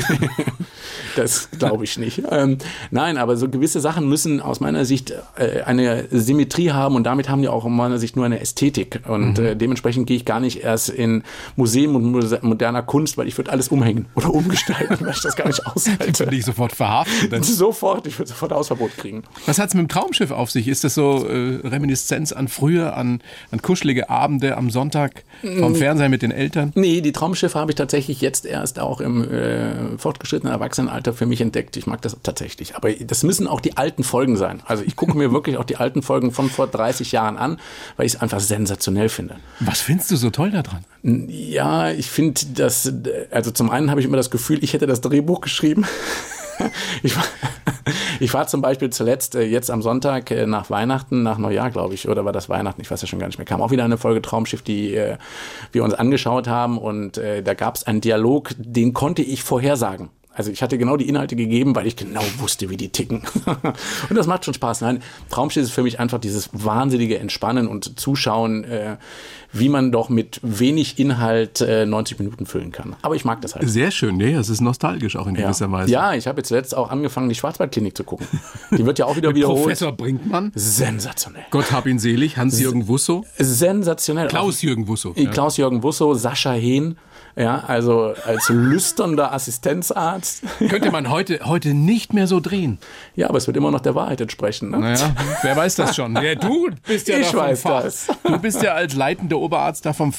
Das glaube ich nicht. Ähm, nein, aber so gewisse Sachen müssen aus meiner Sicht äh, eine Symmetrie haben und damit haben die auch aus meiner Sicht nur eine Ästhetik. Und mhm. äh, dementsprechend gehe ich gar nicht erst in Museen und Muse- moderner Kunst, weil ich würde alles umhängen oder umgestalten, weil ich das gar nicht aushalte. Würde ich sofort verhaften. Dann. Sofort, ich würde sofort Hausverbot kriegen. Was hat es mit dem Traumschiff auf sich? Ist das so äh, Reminiszenz an früher, an, an kuschelige Abende am Sonntag vom Fernseher mit den Eltern? Nee, die Traumschiffe habe ich tatsächlich jetzt erst auch im äh, fortgeschrittenen Erwachsenenalter für mich entdeckt. Ich mag das tatsächlich. Aber das müssen auch die alten Folgen sein. Also ich gucke mir wirklich auch die alten Folgen von vor dreißig Jahren an, weil ich es einfach sensationell finde. Was findest du so toll daran? Ja, ich finde das, also zum einen habe ich immer das Gefühl, ich hätte das Drehbuch geschrieben. Ich war, ich war zum Beispiel zuletzt äh, jetzt am Sonntag äh, nach Weihnachten, nach Neujahr, glaube ich, oder war das Weihnachten? Ich weiß ja schon gar nicht mehr. Kam auch wieder eine Folge Traumschiff, die äh, wir uns angeschaut haben und äh, da gab es einen Dialog, den konnte ich vorhersagen. Also ich hatte genau die Inhalte gegeben, weil ich genau wusste, wie die ticken. Und das macht schon Spaß. Nein, Traumschiff ist für mich einfach dieses wahnsinnige Entspannen und Zuschauen, äh, wie man doch mit wenig Inhalt äh, neunzig Minuten füllen kann. Aber ich mag das halt. Sehr schön, nee, es ist nostalgisch auch in gewisser ja. Weise. Ja, ich habe jetzt letzt auch angefangen, die Schwarzwaldklinik zu gucken. Die wird ja auch wieder Mit wiederholt. Professor Brinkmann. Sensationell. Gott hab ihn selig, Hans-Jürgen Wusso. Sensationell. Klaus-Jürgen Wusso. Ja. Klaus-Jürgen Wusso, Sascha Hehn. Ja, also als lüsternder Assistenzarzt. Könnte man heute, heute nicht mehr so drehen. Ja, aber es wird immer noch der Wahrheit entsprechen. Ne? Naja, wer weiß das schon. Ja, du bist ja ich da vom weiß Fach. Das. Du bist ja als leitender Oberarzt da vom Fach.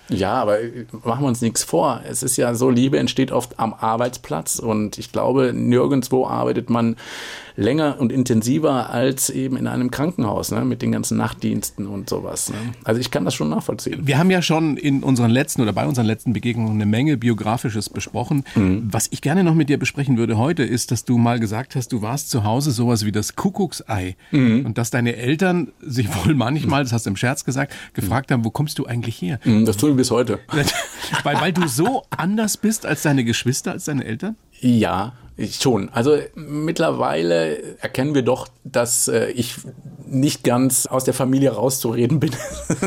Ja, aber machen wir uns nichts vor. Es ist ja so, Liebe entsteht oft am Arbeitsplatz und ich glaube, nirgendwo arbeitet man länger und intensiver als eben in einem Krankenhaus, ne, mit den ganzen Nachtdiensten und sowas. Ne. Also ich kann das schon nachvollziehen. Wir haben ja schon in unseren letzten oder bei unseren letzten Begegnungen eine Menge Biografisches besprochen. Mhm. Was ich gerne noch mit dir besprechen würde heute ist, dass du mal gesagt hast, du warst zu Hause sowas wie das Kuckucksei mhm. und dass deine Eltern sich wohl manchmal, das hast du im Scherz gesagt, gefragt haben, wo kommst du eigentlich her? Mhm, das tun wir bis heute. weil, weil du so anders bist als deine Geschwister, als deine Eltern? Ja, schon. Also mittlerweile erkennen wir doch, dass äh, ich nicht ganz aus der Familie rauszureden bin.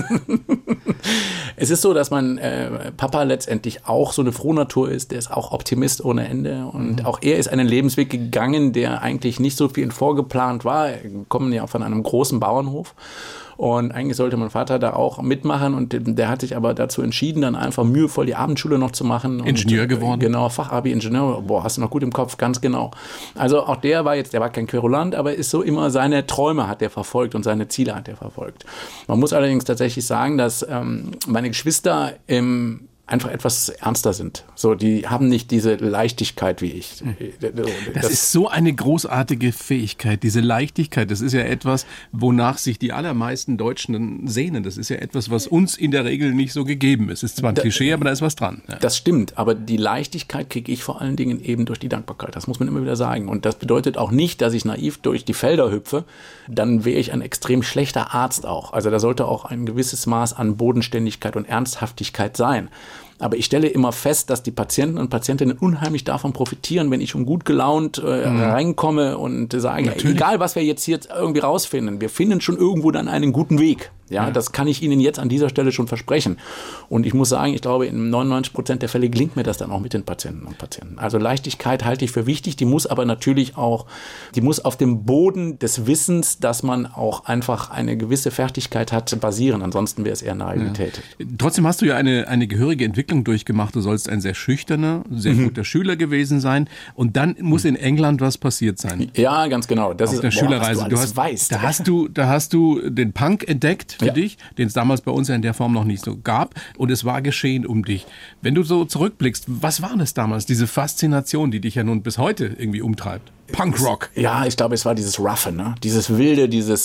Es ist so, dass mein äh, Papa letztendlich auch so eine Frohnatur ist. Der ist auch Optimist ohne Ende. Und mhm. auch er ist einen Lebensweg gegangen, der eigentlich nicht so viel vorgeplant war. Wir kommen ja von einem großen Bauernhof. Und eigentlich sollte mein Vater da auch mitmachen und der hat sich aber dazu entschieden, dann einfach mühevoll die Abendschule noch zu machen. Ingenieur und, geworden? Genau, Fachabi-Ingenieur. Boah, hast du noch gut im Kopf, ganz genau. Also auch der war jetzt, der war kein Querulant, aber ist so immer seine Träume hat er verfolgt und seine Ziele hat er verfolgt. Man muss allerdings tatsächlich sagen, dass ähm, meine Geschwister im einfach etwas ernster sind. So, die haben nicht diese Leichtigkeit wie ich. Das, das ist so eine großartige Fähigkeit, diese Leichtigkeit. Das ist ja etwas, wonach sich die allermeisten Deutschen sehnen. Das ist ja etwas, was uns in der Regel nicht so gegeben ist. Es ist zwar ein da, Klischee, aber da ist was dran. Ja. Das stimmt, aber die Leichtigkeit kriege ich vor allen Dingen eben durch die Dankbarkeit. Das muss man immer wieder sagen. Und das bedeutet auch nicht, dass ich naiv durch die Felder hüpfe. Dann wäre ich ein extrem schlechter Arzt auch. Also da sollte auch ein gewisses Maß an Bodenständigkeit und Ernsthaftigkeit sein. Aber ich stelle immer fest, dass die Patienten und Patientinnen unheimlich davon profitieren, wenn ich schon gut gelaunt äh, mhm. reinkomme und sage, Natürlich. egal was wir jetzt hier irgendwie rausfinden, wir finden schon irgendwo dann einen guten Weg. Ja, ja, das kann ich Ihnen jetzt an dieser Stelle schon versprechen. Und ich muss sagen, ich glaube, in neunundneunzig Prozent der Fälle gelingt mir das dann auch mit den Patienten und Patienten. Also Leichtigkeit halte ich für wichtig, die muss aber natürlich auch, die muss auf dem Boden des Wissens, dass man auch einfach eine gewisse Fertigkeit hat, basieren. Ansonsten wäre es eher Naivität. Ja. Trotzdem hast du ja eine, eine gehörige Entwicklung durchgemacht. Du sollst ein sehr schüchterner, sehr mhm. guter Schüler gewesen sein. Und dann muss in England was passiert sein. Ja, ganz genau. Das auf ist der boah, Schülerreise. Du, du hast, weißt. Da hast du, da hast du den Punk entdeckt. Für ja. dich, den es damals bei uns ja in der Form noch nicht so gab. Und es war geschehen um dich. Wenn du so zurückblickst, was war das damals, diese Faszination, die dich ja nun bis heute irgendwie umtreibt? Punkrock. Ja, ich glaube, es war dieses Roughe, ne? Dieses Wilde, dieses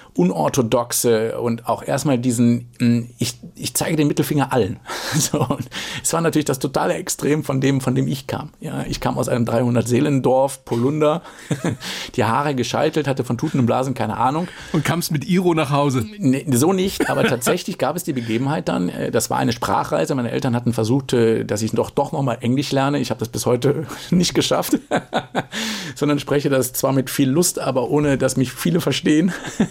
Unorthodoxe und auch erstmal diesen, ich, ich zeige den Mittelfinger allen. So, und es war natürlich das totale Extrem von dem, von dem ich kam. Ja, ich kam aus einem dreihundert-Seelendorf, Polunder, die Haare gescheitelt, hatte von Tuten und Blasen keine Ahnung. Und kamst mit Iro nach Hause? Nee, so nicht, aber tatsächlich gab es die Begebenheit dann, das war eine Sprachreise, meine Eltern hatten versucht, dass ich doch, doch nochmal Englisch lerne. Ich habe das bis heute nicht geschafft, sondern spreche das zwar mit viel Lust, aber ohne, dass mich viele verstehen.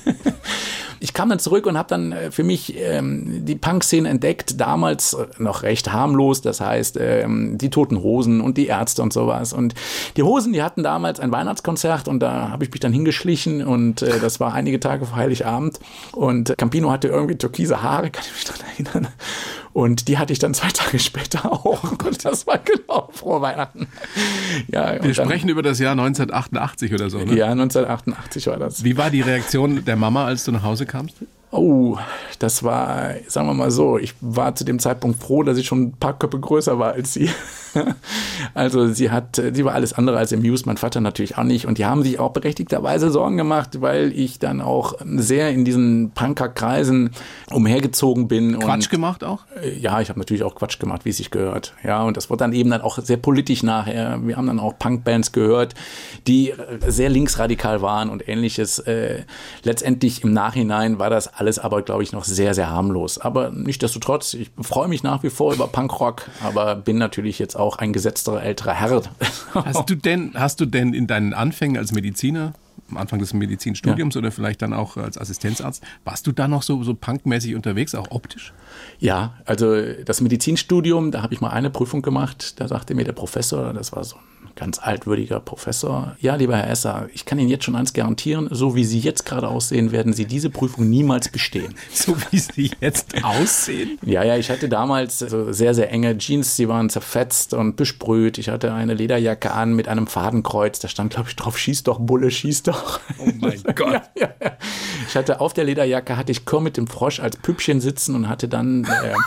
Ich kam dann zurück und habe dann für mich ähm, die Punk-Szene entdeckt, damals noch recht harmlos, das heißt ähm, die Toten Hosen und die Ärzte und sowas. Und die Hosen, die hatten damals ein Weihnachtskonzert und da habe ich mich dann hingeschlichen und äh, das war einige Tage vor Heiligabend und Campino hatte irgendwie türkise Haare, kann ich mich daran erinnern. Und die hatte ich dann zwei Tage später auch. Und das war genau frohe Weihnachten. Ja, wir dann, sprechen über das Jahr neunzehnhundertachtundachtzig oder so, ne? Ja, neunzehnhundertachtundachtzig war das. Wie war die Reaktion der Mama, als du nach Hause kamst? Oh, das war, sagen wir mal so, ich war zu dem Zeitpunkt froh, dass ich schon ein paar Köpfe größer war als sie. Also sie hat, sie war alles andere als amused, mein Vater natürlich auch nicht. Und die haben sich auch berechtigterweise Sorgen gemacht, weil ich dann auch sehr in diesen Punker-Kreisen umhergezogen bin. Quatsch und, gemacht auch? Ja, ich habe natürlich auch Quatsch gemacht, wie es sich gehört. Ja, und das wurde dann eben dann auch sehr politisch nachher. Wir haben dann auch Punkbands gehört, die sehr linksradikal waren und ähnliches. Äh, letztendlich im Nachhinein war das alles aber, glaube ich, noch sehr, sehr harmlos. Aber nichtsdestotrotz, ich freue mich nach wie vor über Punkrock, aber bin natürlich jetzt auch ein gesetzter älterer Herr. Hast du denn, hast du denn in deinen Anfängen als Mediziner, am Anfang des Medizinstudiums ja. oder vielleicht dann auch als Assistenzarzt, warst du da noch so, so punkmäßig unterwegs, auch optisch? Ja, also das Medizinstudium, da habe ich mal eine Prüfung gemacht, da sagte mir der Professor, das war so ein ganz altwürdiger Professor, ja, lieber Herr Esser, ich kann Ihnen jetzt schon eins garantieren, so wie Sie jetzt gerade aussehen, werden Sie diese Prüfung niemals bestehen. So wie Sie jetzt aussehen? Ja, ja, ich hatte damals so sehr, sehr enge Jeans, die waren zerfetzt und besprüht. Ich hatte eine Lederjacke an mit einem Fadenkreuz, da stand, glaube ich, drauf, schieß doch, Bulle, schieß doch. Oh mein Gott. Ja, ja, ja. Ich hatte auf der Lederjacke, hatte ich Kermit dem Frosch als Püppchen sitzen und hatte dann... Äh,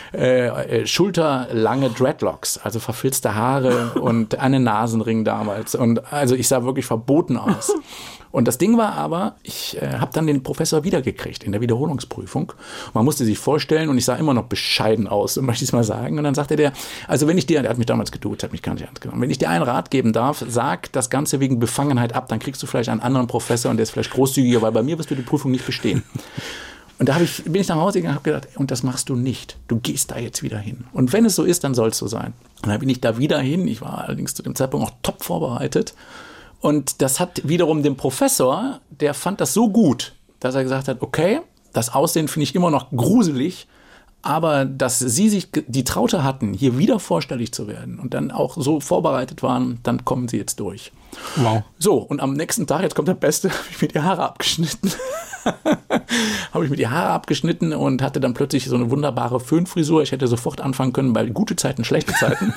äh, schulterlange Dreadlocks, also verfilzte Haare und einen Nasenring damals. Und also ich sah wirklich verboten aus. Und das Ding war aber, ich äh, habe dann den Professor wiedergekriegt in der Wiederholungsprüfung. Man musste sich vorstellen, und ich sah immer noch bescheiden aus, möchte ich es mal sagen. Und dann sagte der, also wenn ich dir, der hat mich damals geduzt, hat mich gar nicht ernst genommen, wenn ich dir einen Rat geben darf, sag das Ganze wegen Befangenheit ab, dann kriegst du vielleicht einen anderen Professor und der ist vielleicht großzügiger, weil bei mir wirst du die Prüfung nicht bestehen. Und da hab ich, bin ich nach Hause gegangen und habe gedacht, und das machst du nicht. Du gehst da jetzt wieder hin. Und wenn es so ist, dann soll es so sein. Und dann bin ich da wieder hin. Ich war allerdings zu dem Zeitpunkt auch top vorbereitet. Und das hat wiederum dem Professor, der fand das so gut, dass er gesagt hat, okay, das Aussehen finde ich immer noch gruselig, aber dass sie sich die Traute hatten, hier wieder vorstellig zu werden und dann auch so vorbereitet waren, dann kommen sie jetzt durch. Wow. So, und am nächsten Tag, jetzt kommt der Beste, habe ich mir die Haare abgeschnitten. habe ich mir die Haare abgeschnitten und hatte dann plötzlich so eine wunderbare Föhnfrisur. Ich hätte sofort anfangen können bei gute Zeiten, schlechte Zeiten.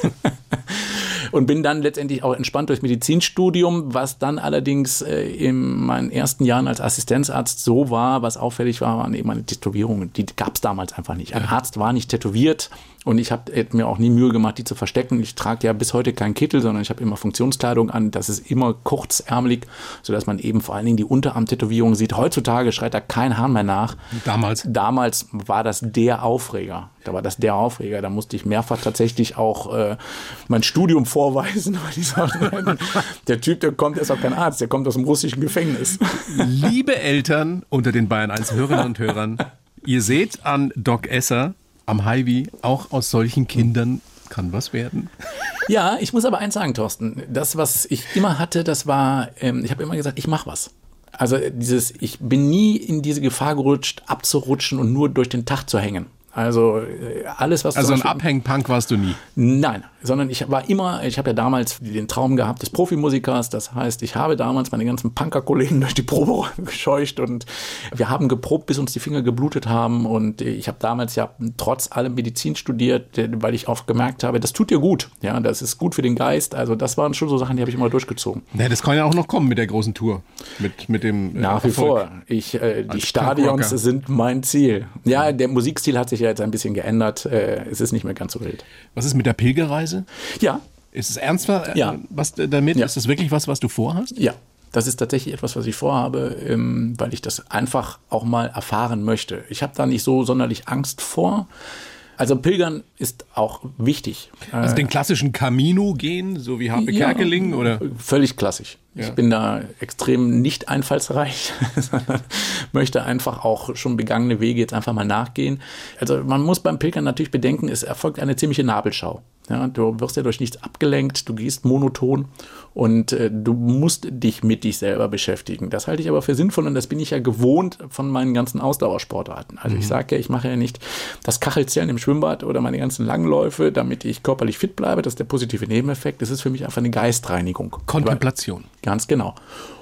Und bin dann letztendlich auch entspannt durchs Medizinstudium, was dann allerdings äh, in meinen ersten Jahren als Assistenzarzt so war, was auffällig war, waren eben meine Tätowierungen. Die gab es damals einfach nicht. Ein Arzt war nicht tätowiert und ich habe mir auch nie Mühe gemacht, die zu verstecken. Ich trage ja bis heute keinen Kittel, sondern ich habe immer Funktionskleidung an. Das ist immer kurzärmelig, sodass man eben vor allen Dingen die Unterarmtätowierungen sieht. Heutzutage schreit da kein Hahn mehr nach. Damals? Damals war das der Aufreger. Da war das der Aufreger. Da musste ich mehrfach tatsächlich auch äh, mein Studium vorweisen, weil die sagten, der Typ, der kommt, der ist auch kein Arzt, der kommt aus dem russischen Gefängnis. Liebe Eltern unter den Bayern eins Hörerinnen und Hörern, ihr seht an Doc Esser, am Hiwi, auch aus solchen Kindern kann was werden. Ja, ich muss aber eins sagen, Thorsten. Das, was ich immer hatte, das war, ähm, ich habe immer gesagt, ich mache was. Also dieses, ich bin nie in diese Gefahr gerutscht, abzurutschen und nur durch den Tag zu hängen. Also alles, was... Also ein Abhängpunk warst du nie? Nein, sondern ich war immer, ich habe ja damals den Traum gehabt des Profimusikers. Das heißt, ich habe damals meine ganzen Punker-Kollegen durch die Proberäume gescheucht und wir haben geprobt, bis uns die Finger geblutet haben. Und ich habe damals ja trotz allem Medizin studiert, weil ich auch gemerkt habe, das tut dir gut. Ja, das ist gut für den Geist. Also das waren schon so Sachen, die habe ich immer durchgezogen. Ja, das kann ja auch noch kommen mit der großen Tour. Mit, mit dem äh, Nach wie Erfolg. vor. Ich, äh, die Stadions sind mein Ziel. Ja, der Musikstil hat sich ja jetzt ein bisschen geändert. Äh, es ist nicht mehr ganz so wild. Was ist mit der Pilgerreise? Ja. Ist es ernst äh, ja. was damit? Ja. Ist das wirklich was, was du vorhast? Ja. Das ist tatsächlich etwas, was ich vorhabe, ähm, weil ich das einfach auch mal erfahren möchte. Ich habe da nicht so sonderlich Angst vor. Also Pilgern ist auch wichtig. Also den klassischen Camino gehen, so wie Harpe ja, Kerkeling? Oder? Völlig klassisch. Ja. Ich bin da extrem nicht einfallsreich, sondern möchte einfach auch schon begangene Wege jetzt einfach mal nachgehen. Also man muss beim Pilgern natürlich bedenken, es erfolgt eine ziemliche Nabelschau. Ja, du wirst ja durch nichts abgelenkt, du gehst monoton und äh, du musst dich mit dich selber beschäftigen. Das halte ich aber für sinnvoll und das bin ich ja gewohnt von meinen ganzen Ausdauersportarten. Also mhm. ich sage ja, ich mache ja nicht das Kachelzählen im Schwimmbad oder meine ganzen Langläufe, damit ich körperlich fit bleibe. Das ist der positive Nebeneffekt. Das ist für mich einfach eine Geistreinigung. Kontemplation. Ganz genau.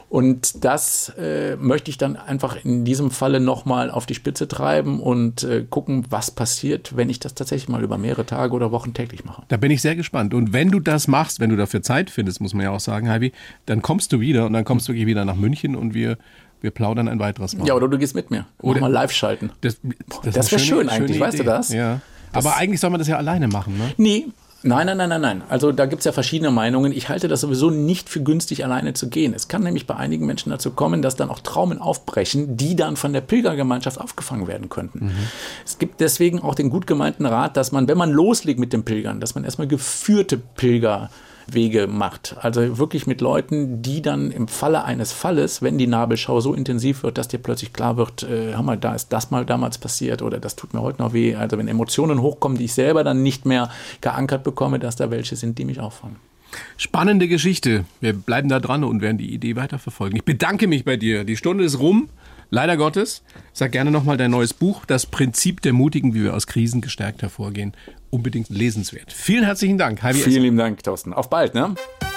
Und das äh, möchte ich dann einfach in diesem Falle nochmal auf die Spitze treiben und äh, gucken, was passiert, wenn ich das tatsächlich mal über mehrere Tage oder Wochen täglich mache. Da bin ich sehr gespannt. Und wenn du das machst, wenn du dafür Zeit findest, muss man ja auch sagen, Hiwi, dann kommst du wieder und dann kommst du wirklich wieder nach München und wir, wir plaudern ein weiteres Mal. Ja, oder du gehst mit mir. Oder mal live schalten. Das, das, das wäre schön eigentlich, weißt Idee. du das? Ja. das? Aber eigentlich soll man das ja alleine machen, ne? Nee. Nein, nein, nein, nein, nein. Also da gibt es ja verschiedene Meinungen. Ich halte das sowieso nicht für günstig, alleine zu gehen. Es kann nämlich bei einigen Menschen dazu kommen, dass dann auch Traumen aufbrechen, die dann von der Pilgergemeinschaft aufgefangen werden könnten. Mhm. Es gibt deswegen auch den gut gemeinten Rat, dass man, wenn man loslegt mit dem Pilgern, dass man erstmal geführte Pilgerwege macht. Also wirklich mit Leuten, die dann im Falle eines Falles, wenn die Nabelschau so intensiv wird, dass dir plötzlich klar wird, äh, hör mal, da ist das mal damals passiert oder das tut mir heute noch weh. Also wenn Emotionen hochkommen, die ich selber dann nicht mehr geankert bekomme, dass da welche sind, die mich auffangen. Spannende Geschichte. Wir bleiben da dran und werden die Idee weiterverfolgen. Ich bedanke mich bei dir. Die Stunde ist rum. Leider Gottes. Sag gerne nochmal dein neues Buch, Das Prinzip der Mutigen, wie wir aus Krisen gestärkt hervorgehen. Unbedingt lesenswert. Vielen herzlichen Dank, Hiwi. Vielen lieben Dank, Thorsten. Auf bald, ne?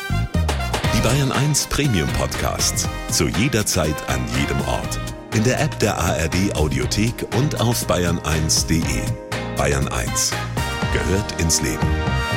Die Bayern eins Premium Podcasts. Zu jeder Zeit, an jedem Ort. In der App der A R D Audiothek und auf bayern eins punkt de. Bayern eins gehört ins Leben.